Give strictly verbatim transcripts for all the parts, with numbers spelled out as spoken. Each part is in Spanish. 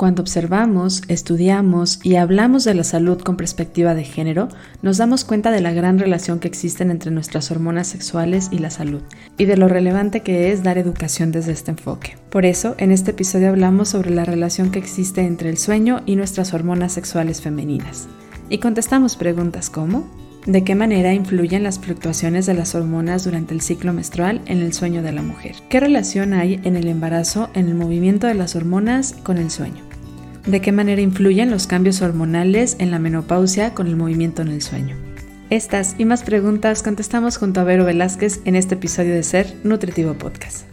Cuando observamos, estudiamos y hablamos de la salud con perspectiva de género, nos damos cuenta de la gran relación que existen entre nuestras hormonas sexuales y la salud, y de lo relevante que es dar educación desde este enfoque. Por eso, en este episodio hablamos sobre la relación que existe entre el sueño y nuestras hormonas sexuales femeninas. Y contestamos preguntas como: ¿de qué manera influyen las fluctuaciones de las hormonas durante el ciclo menstrual en el sueño de la mujer? ¿Qué relación hay en el embarazo en el movimiento de las hormonas con el sueño? ¿De qué manera influyen los cambios hormonales en la menopausia con el movimiento en el sueño? Estas y más preguntas contestamos junto a Vero Velázquez en este episodio de Ser Nutritivo Podcast.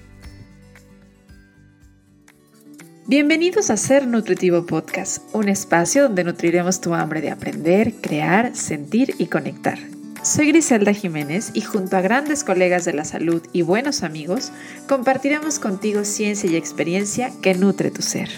Bienvenidos a Ser Nutritivo Podcast, un espacio donde nutriremos tu hambre de aprender, crear, sentir y conectar. Soy Griselda Jiménez y junto a grandes colegas de la salud y buenos amigos, compartiremos contigo ciencia y experiencia que nutre tu ser.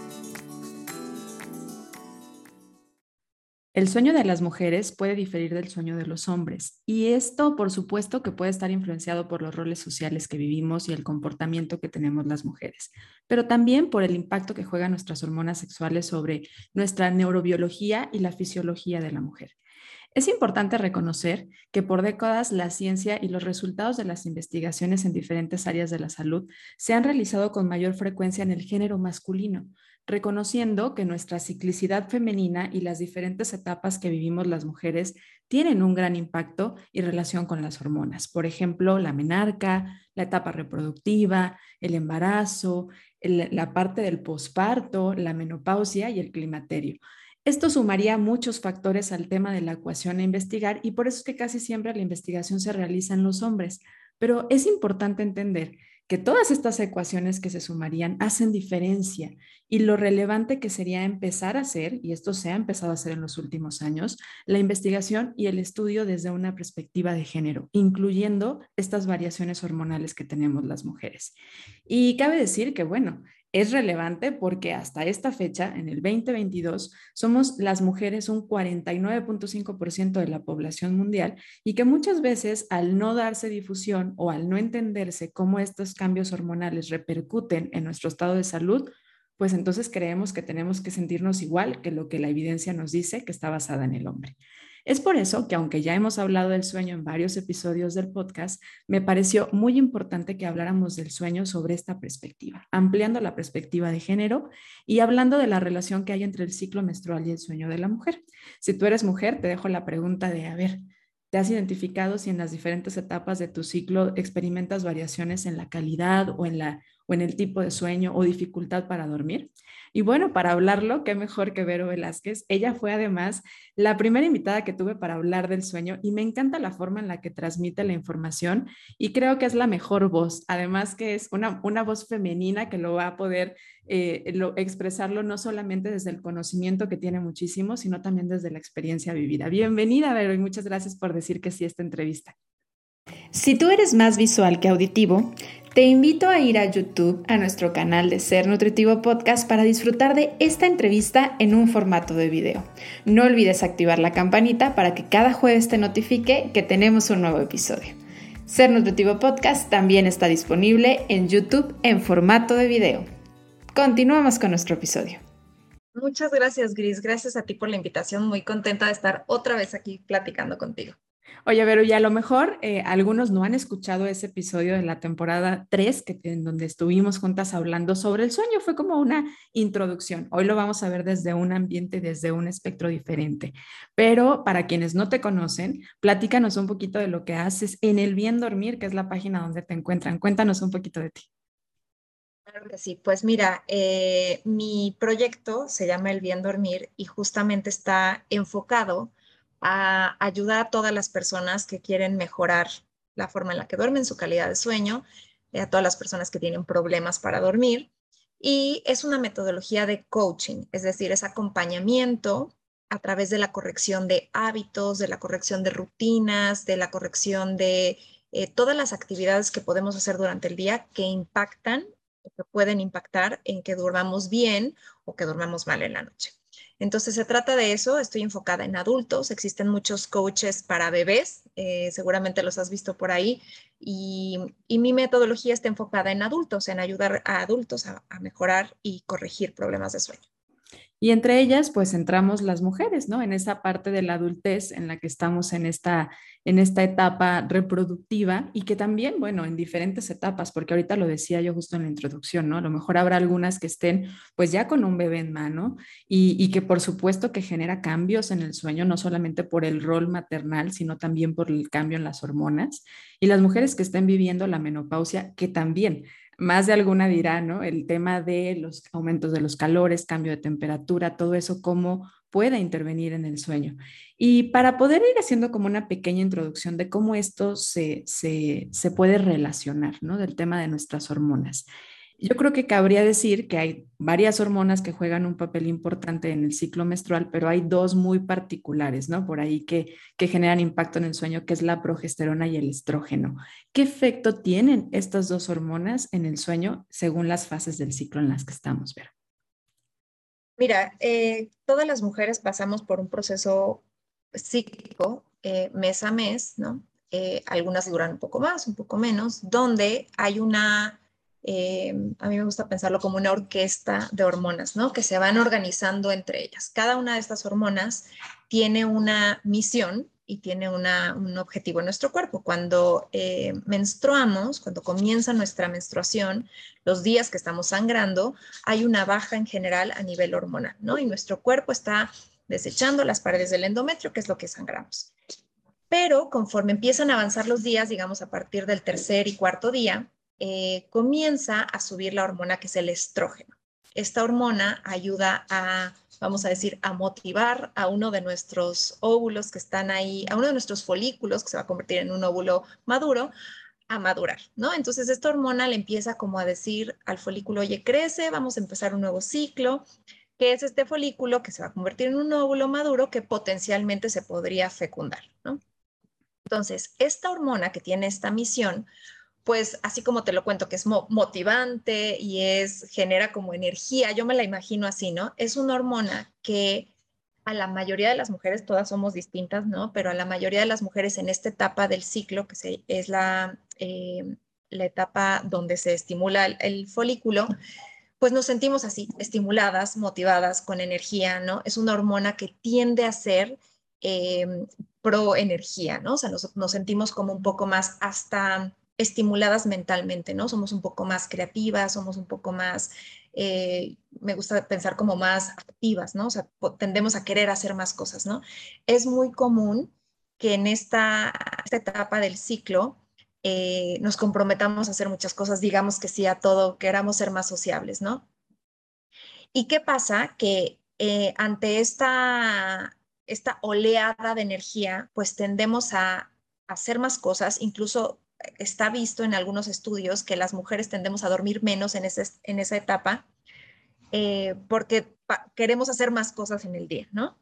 El sueño de las mujeres puede diferir del sueño de los hombres, y esto, por supuesto, que puede estar influenciado por los roles sociales que vivimos y el comportamiento que tenemos las mujeres, pero también por el impacto que juegan nuestras hormonas sexuales sobre nuestra neurobiología y la fisiología de la mujer. Es importante reconocer que por décadas la ciencia y los resultados de las investigaciones en diferentes áreas de la salud se han realizado con mayor frecuencia en el género masculino, reconociendo que nuestra ciclicidad femenina y las diferentes etapas que vivimos las mujeres tienen un gran impacto y relación con las hormonas. Por ejemplo, la menarca, la etapa reproductiva, el embarazo, el, la parte del posparto, la menopausia y el climaterio. Esto sumaría muchos factores al tema de la ecuación a investigar y por eso es que casi siempre la investigación se realiza en los hombres. Pero es importante entender que todas estas ecuaciones que se sumarían hacen diferencia y lo relevante que sería empezar a hacer, y esto se ha empezado a hacer en los últimos años, la investigación y el estudio desde una perspectiva de género, incluyendo estas variaciones hormonales que tenemos las mujeres. Y cabe decir que, bueno, es relevante porque hasta esta fecha, en el veinte veintidós, somos las mujeres un cuarenta y nueve punto cinco por ciento de la población mundial y que muchas veces al no darse difusión o al no entenderse cómo estos cambios hormonales repercuten en nuestro estado de salud, pues entonces creemos que tenemos que sentirnos igual que lo que la evidencia nos dice que está basada en el hombre. Es por eso que, aunque ya hemos hablado del sueño en varios episodios del podcast, me pareció muy importante que habláramos del sueño sobre esta perspectiva, ampliando la perspectiva de género y hablando de la relación que hay entre el ciclo menstrual y el sueño de la mujer. Si tú eres mujer, te dejo la pregunta de, a ver, ¿te has identificado si en las diferentes etapas de tu ciclo experimentas variaciones en la calidad o en la o en el tipo de sueño o dificultad para dormir? Y bueno, para hablarlo, qué mejor que Vero Velázquez. Ella fue además la primera invitada que tuve para hablar del sueño y me encanta la forma en la que transmite la información y creo que es la mejor voz. Además que es una, una voz femenina que lo va a poder eh, lo, expresarlo no solamente desde el conocimiento que tiene muchísimo, sino también desde la experiencia vivida. Bienvenida, Vero, y muchas gracias por decir que sí a esta entrevista. Si tú eres más visual que auditivo, te invito a ir a YouTube, a nuestro canal de Ser Nutritivo Podcast, para disfrutar de esta entrevista en un formato de video. No olvides activar la campanita para que cada jueves te notifique que tenemos un nuevo episodio. Ser Nutritivo Podcast también está disponible en YouTube en formato de video. Continuamos con nuestro episodio. Muchas gracias, Gris. Gracias a ti por la invitación. Muy contenta de estar otra vez aquí platicando contigo. Oye, pero ya a lo mejor eh, algunos no han escuchado ese episodio de la temporada tres, que, en donde estuvimos juntas hablando sobre el sueño. Fue como una introducción. Hoy lo vamos a ver desde un ambiente, desde un espectro diferente. Pero para quienes no te conocen, platícanos un poquito de lo que haces en El Bien Dormir, que es la página donde te encuentran. Cuéntanos un poquito de ti. Claro que sí. Pues mira, eh, mi proyecto se llama El Bien Dormir y justamente está enfocado a ayudar a todas las personas que quieren mejorar la forma en la que duermen, su calidad de sueño, eh, a todas las personas que tienen problemas para dormir. Y es una metodología de coaching, es decir, es acompañamiento a través de la corrección de hábitos, de la corrección de rutinas, de la corrección de eh, todas las actividades que podemos hacer durante el día que impactan o que pueden impactar en que durmamos bien o que durmamos mal en la noche. Entonces se trata de eso. Estoy enfocada en adultos. Existen muchos coaches para bebés, eh, seguramente los has visto por ahí, y, y mi metodología está enfocada en adultos, en ayudar a adultos a, a mejorar y corregir problemas de sueño. Y entre ellas, pues entramos las mujeres, ¿no? En esa parte de la adultez en la que estamos en esta, en esta etapa reproductiva y que también, bueno, en diferentes etapas, porque ahorita lo decía yo justo en la introducción, ¿no? A lo mejor habrá algunas que estén pues ya con un bebé en mano y, y que por supuesto que genera cambios en el sueño, no solamente por el rol maternal, sino también por el cambio en las hormonas. Y las mujeres que estén viviendo la menopausia, que también más de alguna dirá, ¿no? El tema de los aumentos de los calores, cambio de temperatura, todo eso, cómo puede intervenir en el sueño. Y para poder ir haciendo como una pequeña introducción de cómo esto se, se, se puede relacionar, ¿no? Del tema de nuestras hormonas. Yo creo que cabría decir que hay varias hormonas que juegan un papel importante en el ciclo menstrual, pero hay dos muy particulares, ¿no? Por ahí que, que generan impacto en el sueño, que es la progesterona y el estrógeno. ¿Qué efecto tienen estas dos hormonas en el sueño según las fases del ciclo en las que estamos, Vera? Mira, eh, todas las mujeres pasamos por un proceso cíclico eh, mes a mes, ¿no? Eh, algunas duran un poco más, un poco menos, donde hay una, eh, a mí me gusta pensarlo como una orquesta de hormonas, ¿no? Que se van organizando entre ellas. Cada una de estas hormonas tiene una misión y tiene una, un objetivo en nuestro cuerpo. Cuando eh, menstruamos, cuando comienza nuestra menstruación, los días que estamos sangrando, hay una baja en general a nivel hormonal, ¿no? Y nuestro cuerpo está desechando las paredes del endometrio, que es lo que sangramos. Pero conforme empiezan a avanzar los días, digamos a partir del tercer y cuarto día, eh, comienza a subir la hormona que es el estrógeno. Esta hormona ayuda a, vamos a decir, a motivar a uno de nuestros óvulos que están ahí, a uno de nuestros folículos que se va a convertir en un óvulo maduro, a madurar, ¿no? Entonces esta hormona le empieza como a decir al folículo, oye, crece, vamos a empezar un nuevo ciclo, que es este folículo que se va a convertir en un óvulo maduro que potencialmente se podría fecundar, ¿no? Entonces, esta hormona que tiene esta misión, pues así como te lo cuento, que es mo motivante y es, genera como energía, yo me la imagino así, ¿no? Es una hormona que a la mayoría de las mujeres, todas somos distintas, ¿no? Pero a la mayoría de las mujeres en esta etapa del ciclo, que se, es la, eh, la etapa donde se estimula el, el folículo, pues nos sentimos así, estimuladas, motivadas, con energía, ¿no? Es una hormona que tiende a ser eh, pro energía, ¿no? O sea, nos, nos sentimos como un poco más hasta estimuladas mentalmente, ¿no? Somos un poco más creativas, somos un poco más, eh, me gusta pensar como más activas, ¿no? O sea, tendemos a querer hacer más cosas, ¿no? Es muy común que en esta, esta etapa del ciclo eh, nos comprometamos a hacer muchas cosas, digamos que sí a todo, queramos ser más sociables, ¿no? ¿Y qué pasa? Que eh, ante esta, esta oleada de energía, pues tendemos a, a hacer más cosas, incluso está visto en algunos estudios que las mujeres tendemos a dormir menos en, ese, en esa etapa eh, porque queremos hacer más cosas en el día, ¿no?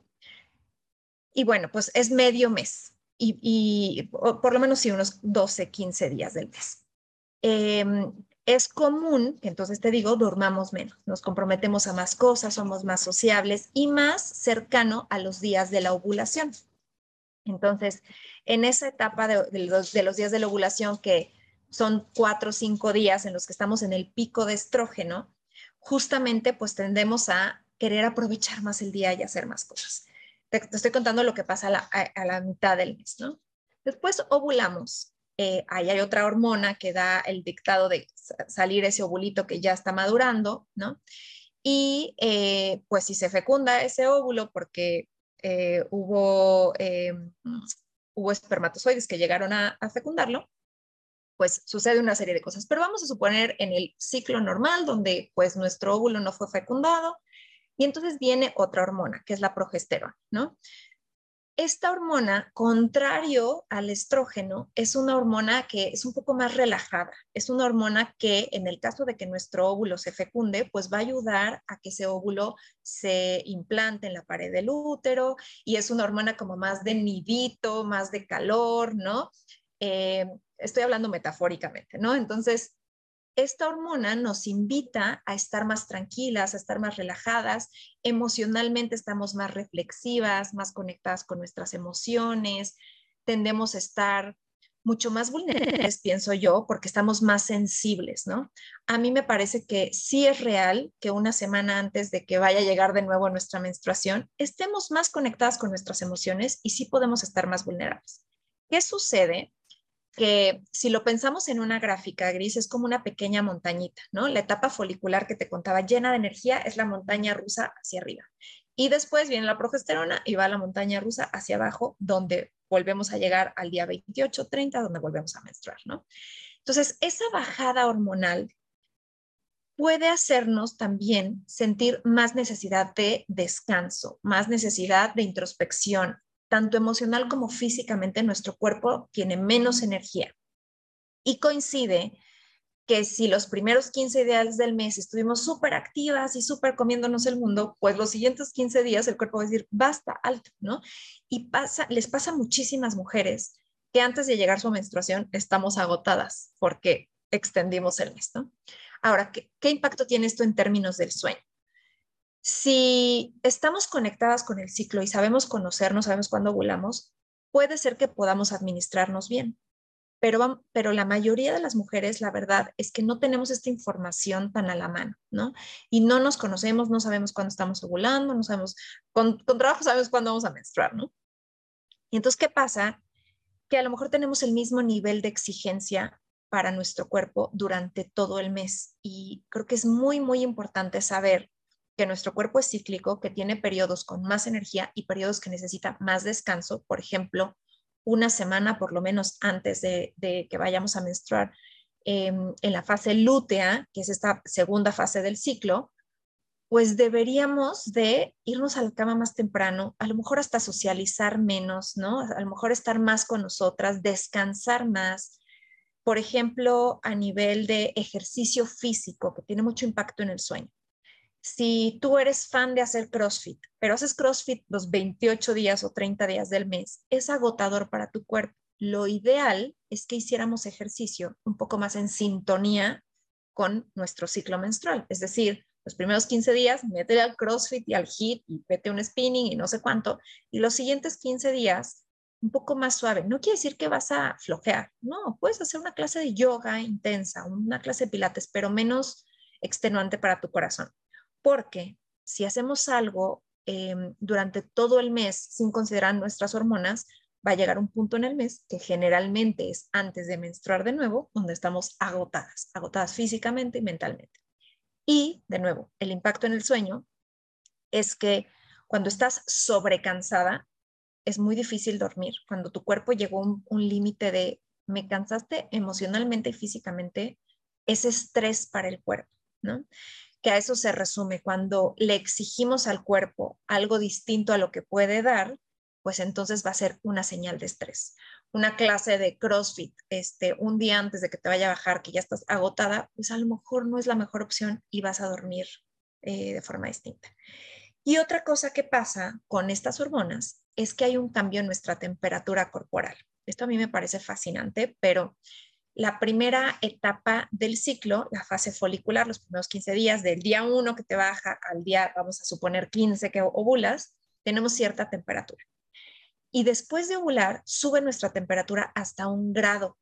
Y bueno, pues es medio mes y, y por lo menos sí, unos doce, quince días del mes. Eh, es común que entonces te digo, durmamos menos, nos comprometemos a más cosas, somos más sociables y más cercano a los días de la ovulación. Entonces, en esa etapa de, de, los, de los días de la ovulación, que son cuatro o cinco días en los que estamos en el pico de estrógeno, justamente pues tendemos a querer aprovechar más el día y hacer más cosas. Te, te estoy contando lo que pasa a la, a, a la mitad del mes, ¿no? Después ovulamos. Eh, ahí hay otra hormona que da el dictado de salir ese ovulito que ya está madurando, ¿no? Y eh, pues si se fecunda ese óvulo porque eh, hubo, eh, hubo espermatozoides que llegaron a, a fecundarlo, pues sucede una serie de cosas. Pero vamos a suponer en el ciclo normal, donde pues nuestro óvulo no fue fecundado, y entonces viene otra hormona, que es la progesterona, ¿no? Esta hormona, contrario al estrógeno, es una hormona que es un poco más relajada. Es una hormona que, en el caso de que nuestro óvulo se fecunde, pues va a ayudar a que ese óvulo se implante en la pared del útero y es una hormona como más de nidito, más de calor, ¿no? Eh, estoy hablando metafóricamente, ¿no? Entonces, esta hormona nos invita a estar más tranquilas, a estar más relajadas, emocionalmente estamos más reflexivas, más conectadas con nuestras emociones, tendemos a estar mucho más vulnerables, pienso yo, porque estamos más sensibles, ¿no? A mí me parece que sí es real que una semana antes de que vaya a llegar de nuevo nuestra menstruación, estemos más conectadas con nuestras emociones y sí podemos estar más vulnerables. ¿Qué sucede? Que si lo pensamos en una gráfica gris, es como una pequeña montañita, ¿no? La etapa folicular que te contaba llena de energía es la montaña rusa hacia arriba. Y después viene la progesterona y va la montaña rusa hacia abajo, donde volvemos a llegar al día veintiocho, treinta, donde volvemos a menstruar, ¿no? Entonces, esa bajada hormonal puede hacernos también sentir más necesidad de descanso, más necesidad de introspección, tanto emocional como físicamente. Nuestro cuerpo tiene menos energía. Y coincide que si los primeros quince días del mes estuvimos súper activas y súper comiéndonos el mundo, pues los siguientes quince días el cuerpo va a decir, basta, alto, ¿no? Y pasa, les pasa a muchísimas mujeres que antes de llegar su menstruación estamos agotadas porque extendimos el mes, ¿no? Ahora, ¿qué, qué impacto tiene esto en términos del sueño? Si estamos conectadas con el ciclo y sabemos conocernos, sabemos cuándo ovulamos, puede ser que podamos administrarnos bien. Pero, pero la mayoría de las mujeres, la verdad, es que no tenemos esta información tan a la mano, ¿no? Y no nos conocemos, no sabemos cuándo estamos ovulando, no sabemos, con, con trabajo sabemos cuándo vamos a menstruar, ¿no? Y entonces, ¿qué pasa? Que a lo mejor tenemos el mismo nivel de exigencia para nuestro cuerpo durante todo el mes. Y creo que es muy, muy importante saber que nuestro cuerpo es cíclico, que tiene periodos con más energía y periodos que necesita más descanso. Por ejemplo, una semana por lo menos antes de, de que vayamos a menstruar, eh, en la fase lútea, que es esta segunda fase del ciclo, pues deberíamos de irnos a la cama más temprano, a lo mejor hasta socializar menos, ¿no? A lo mejor estar más con nosotras, descansar más. Por ejemplo, a nivel de ejercicio físico, que tiene mucho impacto en el sueño. Si tú eres fan de hacer CrossFit, pero haces CrossFit los veintiocho días o treinta días del mes, es agotador para tu cuerpo. Lo ideal es que hiciéramos ejercicio un poco más en sintonía con nuestro ciclo menstrual. Es decir, los primeros quince días, métele al CrossFit y al HIIT y vete un spinning y no sé cuánto. Y los siguientes quince días, un poco más suave. No quiere decir que vas a flojear. No, puedes hacer una clase de yoga intensa, una clase de pilates, pero menos extenuante para tu corazón. Porque si hacemos algo eh, durante todo el mes sin considerar nuestras hormonas, va a llegar un punto en el mes que generalmente es antes de menstruar de nuevo, donde estamos agotadas, agotadas físicamente y mentalmente. Y, de nuevo, el impacto en el sueño es que cuando estás sobrecansada, es muy difícil dormir. Cuando tu cuerpo llegó a un, un límite de me cansaste emocionalmente y físicamente, es estrés para el cuerpo, ¿no? Que a eso se resume. Cuando le exigimos al cuerpo algo distinto a lo que puede dar, pues entonces va a ser una señal de estrés. Una clase de CrossFit, este, un día antes de que te vaya a bajar, que ya estás agotada, pues a lo mejor no es la mejor opción y vas a dormir eh, de forma distinta. Y otra cosa que pasa con estas hormonas es que hay un cambio en nuestra temperatura corporal. Esto a mí me parece fascinante, pero la primera etapa del ciclo, la fase folicular, los primeros quince días, del día uno que te baja al día, vamos a suponer quince que ovulas, tenemos cierta temperatura. Y después de ovular, sube nuestra temperatura hasta un grado.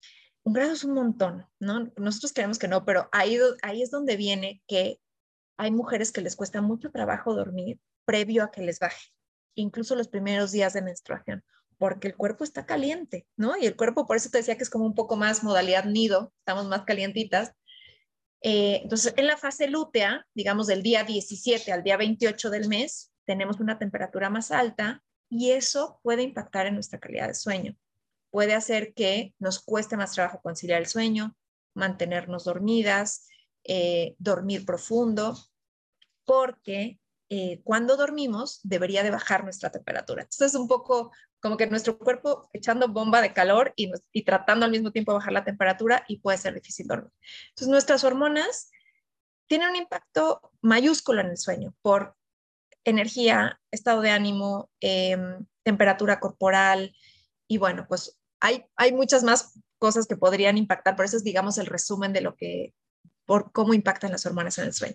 Un grado es un montón, ¿no? Nosotros creemos que no, pero ahí, ahí es donde viene que hay mujeres que les cuesta mucho trabajo dormir previo a que les baje, incluso los primeros días de menstruación, porque el cuerpo está caliente, ¿no? Y el cuerpo, por eso te decía que es como un poco más modalidad nido, estamos más calientitas. Eh, entonces, en la fase lútea, digamos del día diecisiete al día veintiocho del mes, tenemos una temperatura más alta y eso puede impactar en nuestra calidad de sueño. Puede hacer que nos cueste más trabajo conciliar el sueño, mantenernos dormidas, eh, dormir profundo, porque eh, cuando dormimos debería de bajar nuestra temperatura. Entonces es un poco como que nuestro cuerpo echando bomba de calor y, y tratando al mismo tiempo de bajar la temperatura y puede ser difícil dormir. Entonces nuestras hormonas tienen un impacto mayúsculo en el sueño por energía, estado de ánimo, eh, temperatura corporal y bueno, pues hay, hay muchas más cosas que podrían impactar, por eso es digamos el resumen de lo que, por cómo impactan las hormonas en el sueño.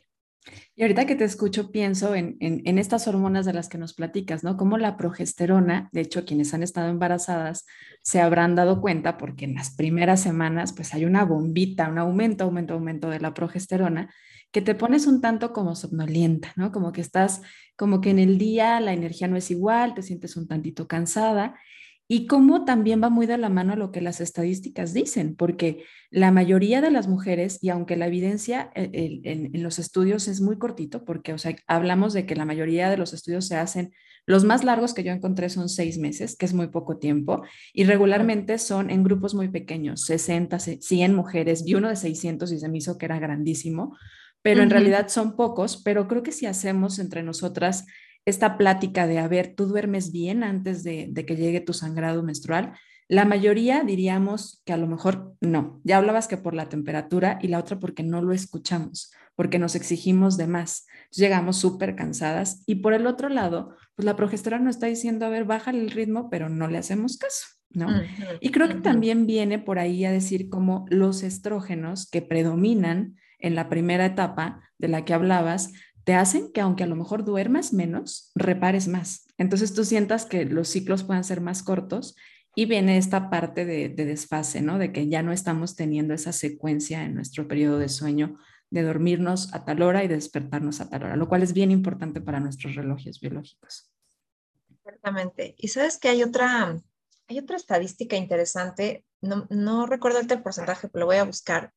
Y ahorita que te escucho, pienso en, en, en estas hormonas de las que nos platicas, ¿no? Como la progesterona, de hecho, quienes han estado embarazadas se habrán dado cuenta porque en las primeras semanas, pues hay una bombita, un aumento, aumento, aumento de la progesterona, que te pones un tanto como somnolienta, ¿no? Como que estás, como que en el día la energía no es igual, te sientes un tantito cansada. Y cómo también va muy de la mano a lo que las estadísticas dicen, porque la mayoría de las mujeres, y aunque la evidencia eh, el- en, en los estudios es muy cortito, porque o sea, hablamos de que la mayoría de los estudios se hacen, los más largos que yo encontré son seis meses, que es muy poco tiempo, y Mm, regularmente son en grupos muy pequeños, sesenta, cien mujeres, vi uno de seiscientos y se me hizo que era grandísimo, pero en ujú, realidad son pocos, pero creo que si hacemos entre nosotras esta plática de, a ver, ¿tú duermes bien antes de, de que llegue tu sangrado menstrual? La mayoría diríamos que a lo mejor no. Ya hablabas que por la temperatura y la otra porque no lo escuchamos, porque nos exigimos de más. Entonces llegamos súper cansadas y por el otro lado, pues la progesterona nos está diciendo, a ver, bájale el ritmo, pero no le hacemos caso, ¿no? ujú, Y creo que ujú. también viene por ahí a decir como los estrógenos que predominan en la primera etapa de la que hablabas, te hacen que aunque a lo mejor duermas menos, repares más. Entonces tú sientas que los ciclos puedan ser más cortos y viene esta parte de, de desfase, ¿no? De que ya no estamos teniendo esa secuencia en nuestro periodo de sueño de dormirnos a tal hora y de despertarnos a tal hora, lo cual es bien importante para nuestros relojes biológicos. Exactamente. Y sabes que hay otra, hay otra estadística interesante, no, no recuerdo ahorita el porcentaje, pero lo voy a buscar,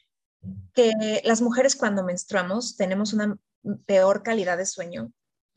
que las mujeres cuando menstruamos tenemos una peor calidad de sueño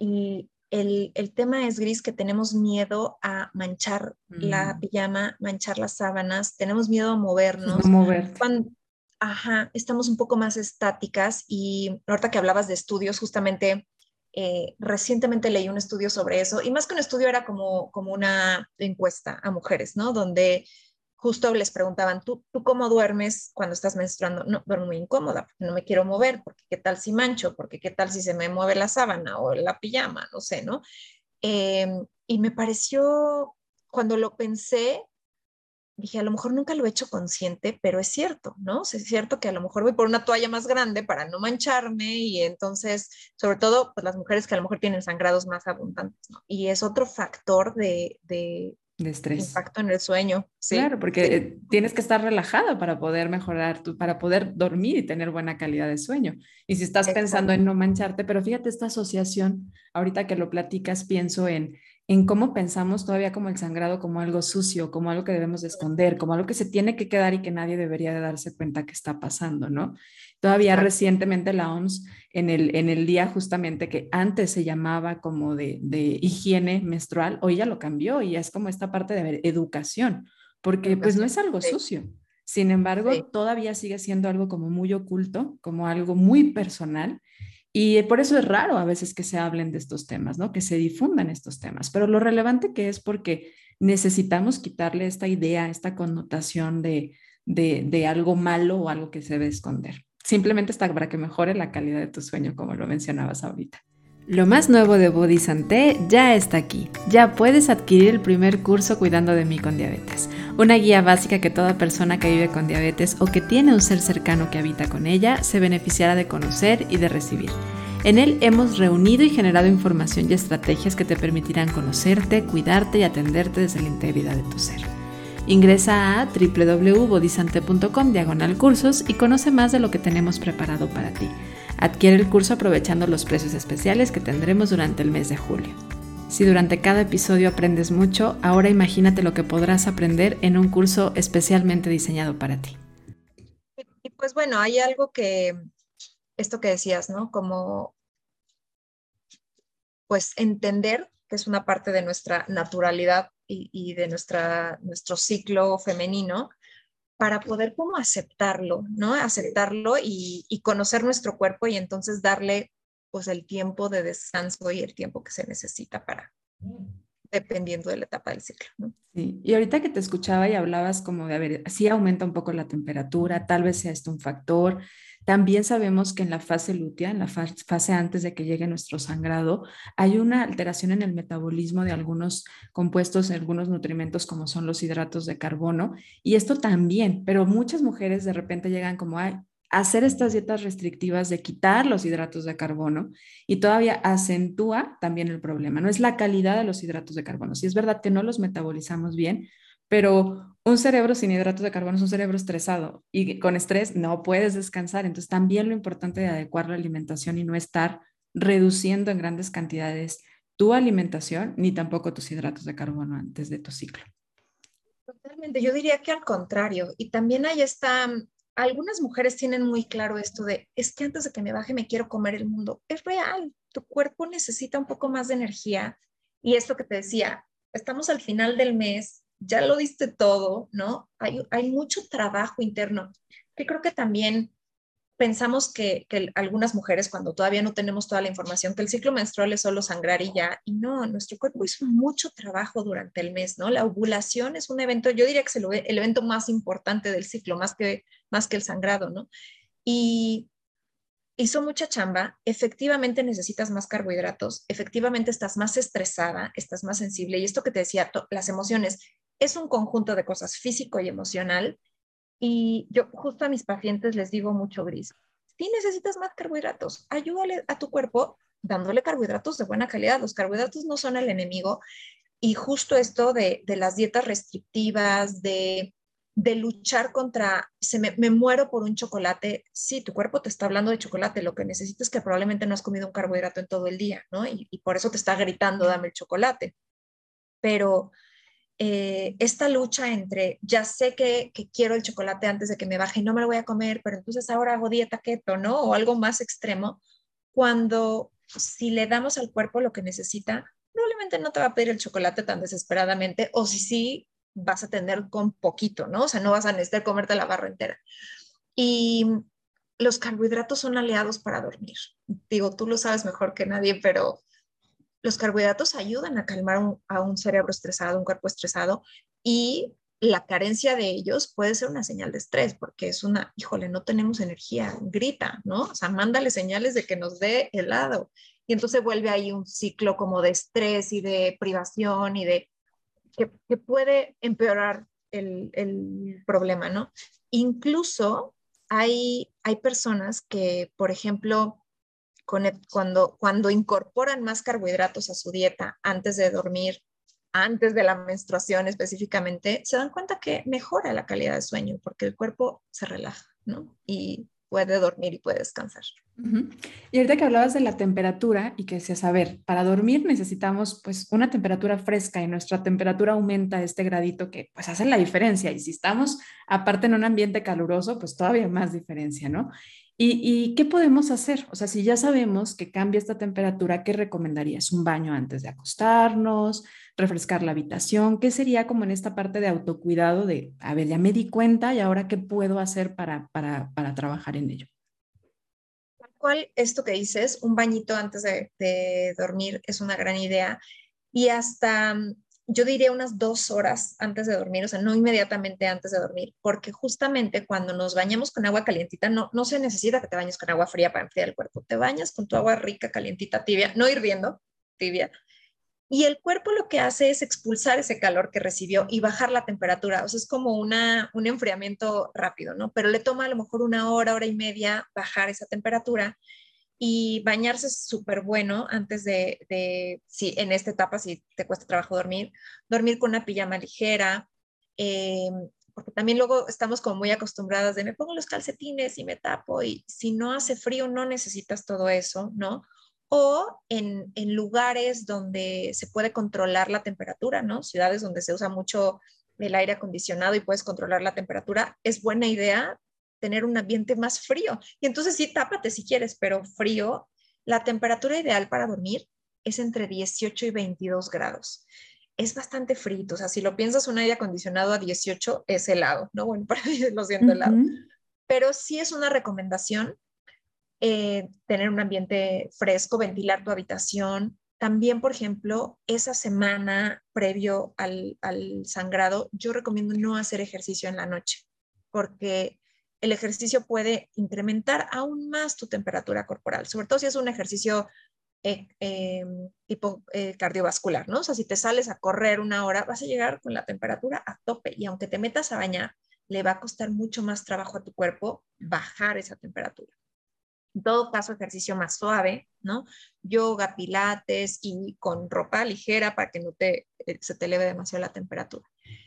y el, el tema es gris que tenemos miedo a manchar la Mm, pijama, manchar las sábanas, tenemos miedo a pues no movernos. moverte. Cuando, ajá, estamos un poco más estáticas y ahorita que hablabas de estudios, justamente eh, recientemente leí un estudio sobre eso y más que un estudio era como, como una encuesta a mujeres, ¿no? Donde justo les preguntaban, ¿tú, ¿tú cómo duermes cuando estás menstruando? No, duermo muy incómoda, porque no me quiero mover, porque qué tal si mancho, porque qué tal si se me mueve la sábana o la pijama, no sé, ¿no? Eh, y me pareció, cuando lo pensé, dije, a lo mejor nunca lo he hecho consciente, pero es cierto, ¿no? O sea, es cierto que a lo mejor voy por una toalla más grande para no mancharme y entonces, sobre todo, pues las mujeres que a lo mejor tienen sangrados más abundantes, ¿no? Y es otro factor de, de De estrés. impacto en el sueño, ¿sí? Claro, porque Sí. eh, tienes que estar relajada para poder mejorar, tu, para poder dormir y tener buena calidad de sueño. Y si estás pensando Exacto. en no mancharte, pero fíjate esta asociación, ahorita que lo platicas, pienso en, en cómo pensamos todavía como el sangrado como algo sucio, como algo que debemos de esconder, como algo que se tiene que quedar y que nadie debería de darse cuenta que está pasando, ¿no? Todavía Exacto. recientemente la O M S, en el, en el día justamente que antes se llamaba como de, de higiene menstrual, hoy ya lo cambió y ya es como esta parte de a ver, educación porque pues no Educación. es algo Sí, sucio. Sin sí, embargo, todavía sigue siendo algo como muy oculto, como algo muy personal. Y por eso es raro a veces que se hablen de estos temas, ¿no? Que se difundan estos temas. Pero lo relevante que es porque necesitamos quitarle esta idea, esta connotación de, de, de algo malo o algo que se debe esconder. Simplemente está para que mejore la calidad de tu sueño, como lo mencionabas ahorita. Lo más nuevo de Body Santé ya está aquí. Ya puedes adquirir el primer curso Cuidando de mí con diabetes, una guía básica que toda persona que vive con diabetes o que tiene un ser cercano que habita con ella se beneficiará de conocer y de recibir. En él hemos reunido y generado información y estrategias que te permitirán conocerte, cuidarte y atenderte desde la integridad de tu ser. Ingresa a w w w punto bodysante punto com diagonal cursos y conoce más de lo que tenemos preparado para ti. Adquiere el curso aprovechando los precios especiales que tendremos durante el mes de julio. Si durante cada episodio aprendes mucho, ahora imagínate lo que podrás aprender en un curso especialmente diseñado para ti. y, y pues bueno, hay algo que, esto que decías, ¿no? Como pues entender que es una parte de nuestra naturalidad y, y de nuestra, nuestro ciclo femenino para poder como aceptarlo, ¿no? Aceptarlo y, y conocer nuestro cuerpo y entonces darle pues el tiempo de descanso y el tiempo que se necesita para, dependiendo de la etapa del ciclo, ¿no? Sí, y ahorita que te escuchaba y hablabas como de, a ver, sí aumenta un poco la temperatura, tal vez sea esto un factor. También sabemos que en la fase lútea, en la fa- fase antes de que llegue nuestro sangrado, hay una alteración en el metabolismo de algunos compuestos, algunos nutrimentos como son los hidratos de carbono. Y esto también, pero muchas mujeres de repente llegan como, ay, hacer estas dietas restrictivas de quitar los hidratos de carbono y todavía acentúa también el problema. No es la calidad de los hidratos de carbono. Sí es verdad que no los metabolizamos bien, pero un cerebro sin hidratos de carbono es un cerebro estresado y con estrés no puedes descansar. Entonces también lo importante de adecuar la alimentación y no estar reduciendo en grandes cantidades tu alimentación ni tampoco tus hidratos de carbono antes de tu ciclo. Totalmente, yo diría que al contrario. Y también ahí está, mm, algunas mujeres tienen muy claro esto de, es que antes de que me baje me quiero comer el mundo. Es real, tu cuerpo necesita un poco más de energía. Y esto que te decía, estamos al final del mes, ya lo diste todo, ¿no? Hay, hay mucho trabajo interno, que creo que también pensamos que, que algunas mujeres, cuando todavía no tenemos toda la información, que el ciclo menstrual es solo sangrar y ya, y no, nuestro cuerpo hizo mucho trabajo durante el mes, ¿no? La ovulación es un evento, yo diría que es el, el evento más importante del ciclo, más que, más que el sangrado, ¿no? Y hizo mucha chamba, efectivamente necesitas más carbohidratos, efectivamente estás más estresada, estás más sensible, y esto que te decía, las emociones, es un conjunto de cosas físico y emocional. Y yo justo a mis pacientes les digo mucho, Gris, si necesitas más carbohidratos, ayúdale a tu cuerpo dándole carbohidratos de buena calidad. Los carbohidratos no son el enemigo. Y justo esto de, de las dietas restrictivas, de, de luchar contra, se me, me muero por un chocolate. Sí, tu cuerpo te está hablando de chocolate. Lo que necesitas es que probablemente no has comido un carbohidrato en todo el día, ¿no? Y, y por eso te está gritando, dame el chocolate. Pero eh, esta lucha entre ya sé que, que, quiero el chocolate antes de que me baje y no me lo voy a comer, pero entonces ahora hago dieta keto, ¿no? O algo más extremo, cuando si le damos al cuerpo lo que necesita, probablemente no te va a pedir el chocolate tan desesperadamente, o si sí, vas a tener con poquito, ¿no? O sea, no vas a necesitar comerte la barra entera. Y los carbohidratos son aliados para dormir. Digo, tú lo sabes mejor que nadie, pero los carbohidratos ayudan a calmar un, a un cerebro estresado, un cuerpo estresado, y la carencia de ellos puede ser una señal de estrés, porque es una, híjole, no tenemos energía, grita, ¿no? O sea, mándale señales de que nos dé helado. Y entonces vuelve ahí un ciclo como de estrés y de privación y de que, que puede empeorar el, el, problema, ¿no? Incluso hay, hay personas que, por ejemplo, cuando, cuando incorporan más carbohidratos a su dieta antes de dormir, antes de la menstruación específicamente, se dan cuenta que mejora la calidad de sueño porque el cuerpo se relaja, ¿no? Y puede dormir y puede descansar. Uh-huh. Y ahorita que hablabas de la temperatura y que decías, a ver, para dormir necesitamos pues una temperatura fresca y nuestra temperatura aumenta este gradito que pues hace la diferencia y si estamos aparte en un ambiente caluroso pues todavía más diferencia, ¿no? ¿Y, y qué podemos hacer? O sea, si ya sabemos que cambia esta temperatura, ¿qué recomendarías? ¿Un baño antes de acostarnos? ¿Refrescar la habitación? ¿Qué sería como en esta parte de autocuidado de, a ver, ya me di cuenta y ahora qué puedo hacer para, para, para trabajar en ello? Tal cual, esto que dices, un bañito antes de, de dormir es una gran idea. Y hasta, yo diría unas dos horas antes de dormir, o sea, no inmediatamente antes de dormir, porque justamente cuando nos bañamos con agua calientita, no, no se necesita que te bañes con agua fría para enfriar el cuerpo. Te bañas con tu agua rica, calientita, tibia, no hirviendo, tibia. Y el cuerpo lo que hace es expulsar ese calor que recibió y bajar la temperatura. O sea, es como una, un enfriamiento rápido, ¿no? Pero le toma a lo mejor una hora, hora y media bajar esa temperatura, y bañarse es súper bueno antes de, de, si en esta etapa, si te cuesta trabajo dormir, dormir con una pijama ligera, eh, porque también luego estamos como muy acostumbradas de me pongo los calcetines y me tapo, y si no hace frío no necesitas todo eso, ¿no? O en, en lugares donde se puede controlar la temperatura, ¿no? Ciudades donde se usa mucho el aire acondicionado y puedes controlar la temperatura, es buena idea tener un ambiente más frío. Y entonces sí, tápate si quieres, pero frío. La temperatura ideal para dormir es entre dieciocho y veintidós grados. Es bastante frío, o sea, si lo piensas, un aire acondicionado a dieciocho es helado, ¿no? Bueno, para mí lo siento helado. Uh-huh. Pero sí es una recomendación eh, tener un ambiente fresco, ventilar tu habitación. También, por ejemplo, esa semana previo al, al sangrado, yo recomiendo no hacer ejercicio en la noche, porque el ejercicio puede incrementar aún más tu temperatura corporal, sobre todo si es un ejercicio eh, eh, tipo eh, cardiovascular, ¿no? O sea, si te sales a correr una hora, vas a llegar con la temperatura a tope y aunque te metas a bañar, le va a costar mucho más trabajo a tu cuerpo bajar esa temperatura. En todo caso, ejercicio más suave, ¿no? Yoga, pilates y con ropa ligera para que no te, eh, se te eleve demasiado la temperatura.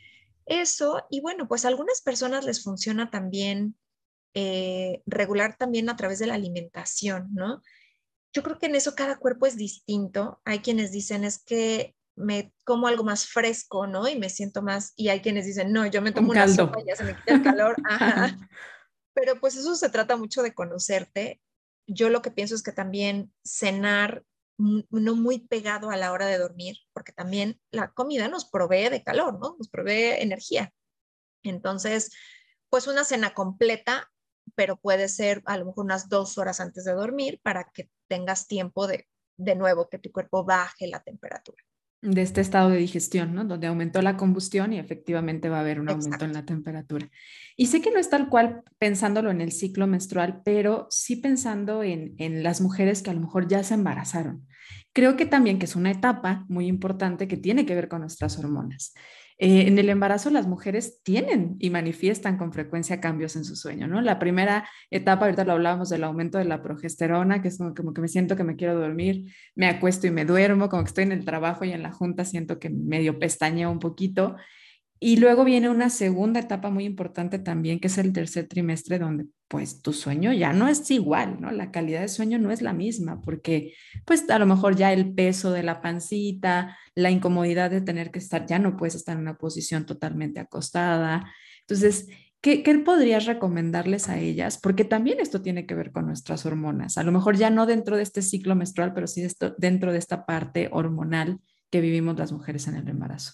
Eso, y bueno, pues a algunas personas les funciona también eh, regular también a través de la alimentación, ¿no? Yo creo que en eso cada cuerpo es distinto. Hay quienes dicen es que me como algo más fresco, ¿no? Y me siento más, y hay quienes dicen, no, yo me Un tomo una caldo. sopa y ya se me quita el calor. Ajá. Pero pues eso se trata mucho de conocerte. Yo lo que pienso es que también cenar no muy pegado a la hora de dormir, porque también la comida nos provee de calor, ¿no? Nos provee energía. Entonces, pues una cena completa, pero puede ser a lo mejor unas dos horas antes de dormir para que tengas tiempo de, de nuevo, que tu cuerpo baje la temperatura. De este estado de digestión, ¿no? Donde aumentó la combustión y efectivamente va a haber un aumento en Exacto. la temperatura. Y sé que no es tal cual pensándolo en el ciclo menstrual, pero sí pensando en, en las mujeres que a lo mejor ya se embarazaron. Creo que también que es una etapa muy importante que tiene que ver con nuestras hormonas. Eh, en el embarazo las mujeres tienen y manifiestan con frecuencia cambios en su sueño, ¿no? La primera etapa, ahorita lo hablábamos del aumento de la progesterona, que es como, como que me siento que me quiero dormir, me acuesto y me duermo, como que estoy en el trabajo y en la junta siento que medio pestañeo un poquito. Y luego viene una segunda etapa muy importante también, que es el tercer trimestre, donde pues tu sueño ya no es igual, ¿no? La calidad de sueño no es la misma, porque pues a lo mejor ya el peso de la pancita, la incomodidad de tener que estar, ya no puedes estar en una posición totalmente acostada. Entonces, ¿qué, qué podrías recomendarles a ellas? Porque también esto tiene que ver con nuestras hormonas. A lo mejor ya no dentro de este ciclo menstrual, pero sí esto, dentro de esta parte hormonal que vivimos las mujeres en el embarazo.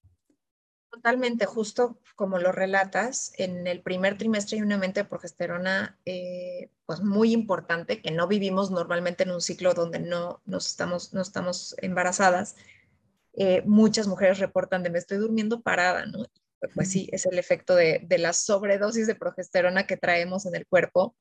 Totalmente, justo como lo relatas, en el primer trimestre hay un aumento de progesterona eh, pues muy importante, que no vivimos normalmente en un ciclo donde no, nos estamos, no estamos embarazadas. Eh, muchas mujeres reportan de me estoy durmiendo parada, ¿no? Pues sí, es el efecto de, de la sobredosis de progesterona que traemos en el cuerpo.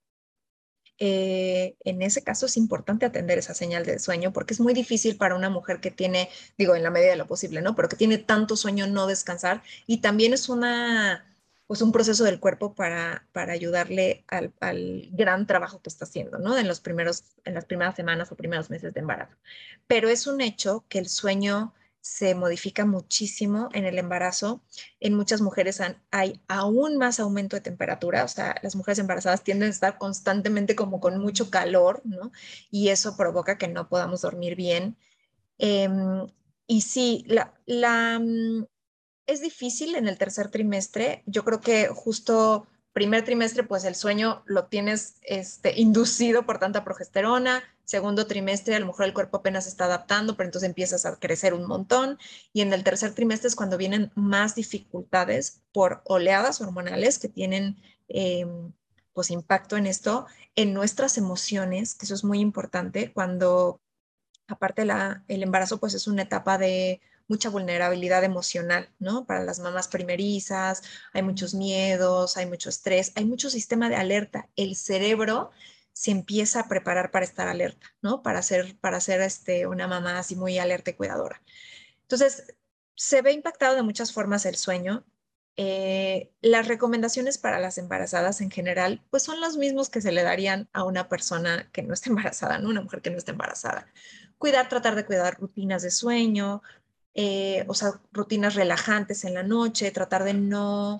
Eh, en ese caso es importante atender esa señal de sueño porque es muy difícil para una mujer que tiene, digo, en la medida de lo posible, ¿no? Pero que tiene tanto sueño no descansar y también es una, pues un proceso del cuerpo para, para ayudarle al, al gran trabajo que está haciendo, ¿no? En los primeros, en las primeras semanas o primeros meses de embarazo. Pero es un hecho que el sueño se modifica muchísimo en el embarazo. En muchas mujeres han- hay aún más aumento de temperatura, o sea, las mujeres embarazadas tienden a estar constantemente como con mucho calor, ¿no? Y eso provoca que no podamos dormir bien. Em, y sí, la, la, mm, es difícil en el tercer trimestre. Yo creo que justo primer trimestre, pues el sueño lo tienes este, inducido por tanta progesterona. Segundo trimestre, a lo mejor el cuerpo apenas se está adaptando, pero entonces empiezas a crecer un montón. Y en el tercer trimestre es cuando vienen más dificultades por oleadas hormonales que tienen eh, pues impacto en esto, en nuestras emociones, que eso es muy importante cuando aparte la, el embarazo pues es una etapa de mucha vulnerabilidad emocional, ¿no? Para las mamás primerizas, hay muchos miedos, hay mucho estrés, hay mucho sistema de alerta. El cerebro se empieza a preparar para estar alerta, ¿no? Para ser, para ser este, una mamá así muy alerta y cuidadora. Entonces, se ve impactado de muchas formas el sueño. Eh, las recomendaciones para las embarazadas en general, pues son los mismos que se le darían a una persona que no está embarazada, ¿no? Una mujer que no está embarazada. Cuidar, tratar de cuidar rutinas de sueño, eh, o sea, rutinas relajantes en la noche, tratar de no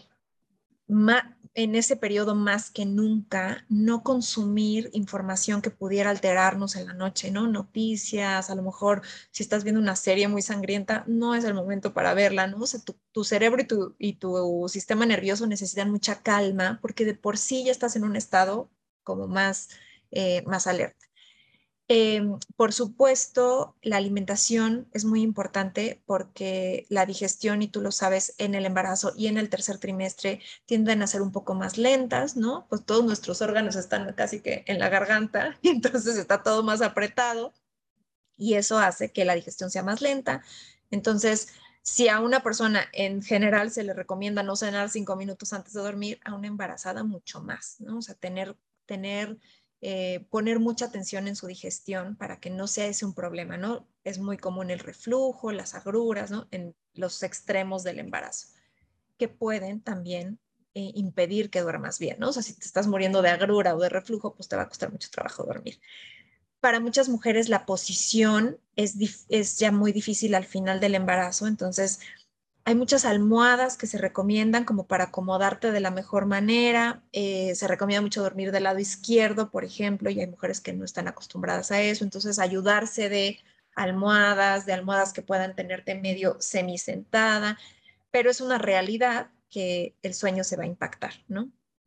en ese periodo más que nunca, no consumir información que pudiera alterarnos en la noche, ¿no? Noticias, a lo mejor si estás viendo una serie muy sangrienta, no es el momento para verla, ¿no? O sea, tu, tu cerebro y tu, y tu sistema nervioso necesitan mucha calma porque de por sí ya estás en un estado como más, eh, más alerta. Eh, por supuesto, la alimentación es muy importante porque la digestión, y tú lo sabes, en el embarazo y en el tercer trimestre tienden a ser un poco más lentas, ¿no? Pues todos nuestros órganos están casi que en la garganta y entonces está todo más apretado y eso hace que la digestión sea más lenta. Entonces, si a una persona en general se le recomienda no cenar cinco minutos antes de dormir, a una embarazada mucho más, ¿no? O sea, tener, tener, eh, poner mucha atención en su digestión para que no sea ese un problema, ¿no? Es muy común el reflujo, las agruras, ¿no? En los extremos del embarazo, que pueden también eh, impedir que duermas bien, ¿no? O sea, si te estás muriendo de agrura o de reflujo, pues te va a costar mucho trabajo dormir. Para muchas mujeres la posición es, es ya muy difícil al final del embarazo, entonces hay muchas almohadas que se recomiendan como para acomodarte de la mejor manera. Eh, se recomienda mucho dormir del lado izquierdo, por ejemplo, y hay mujeres que no están acostumbradas a eso. Entonces, ayudarse de almohadas, de almohadas que puedan tenerte medio semisentada, pero es una realidad que el sueño se va a impactar, ¿no?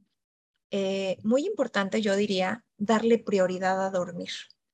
Eh, muy importante, yo diría, darle prioridad a dormir.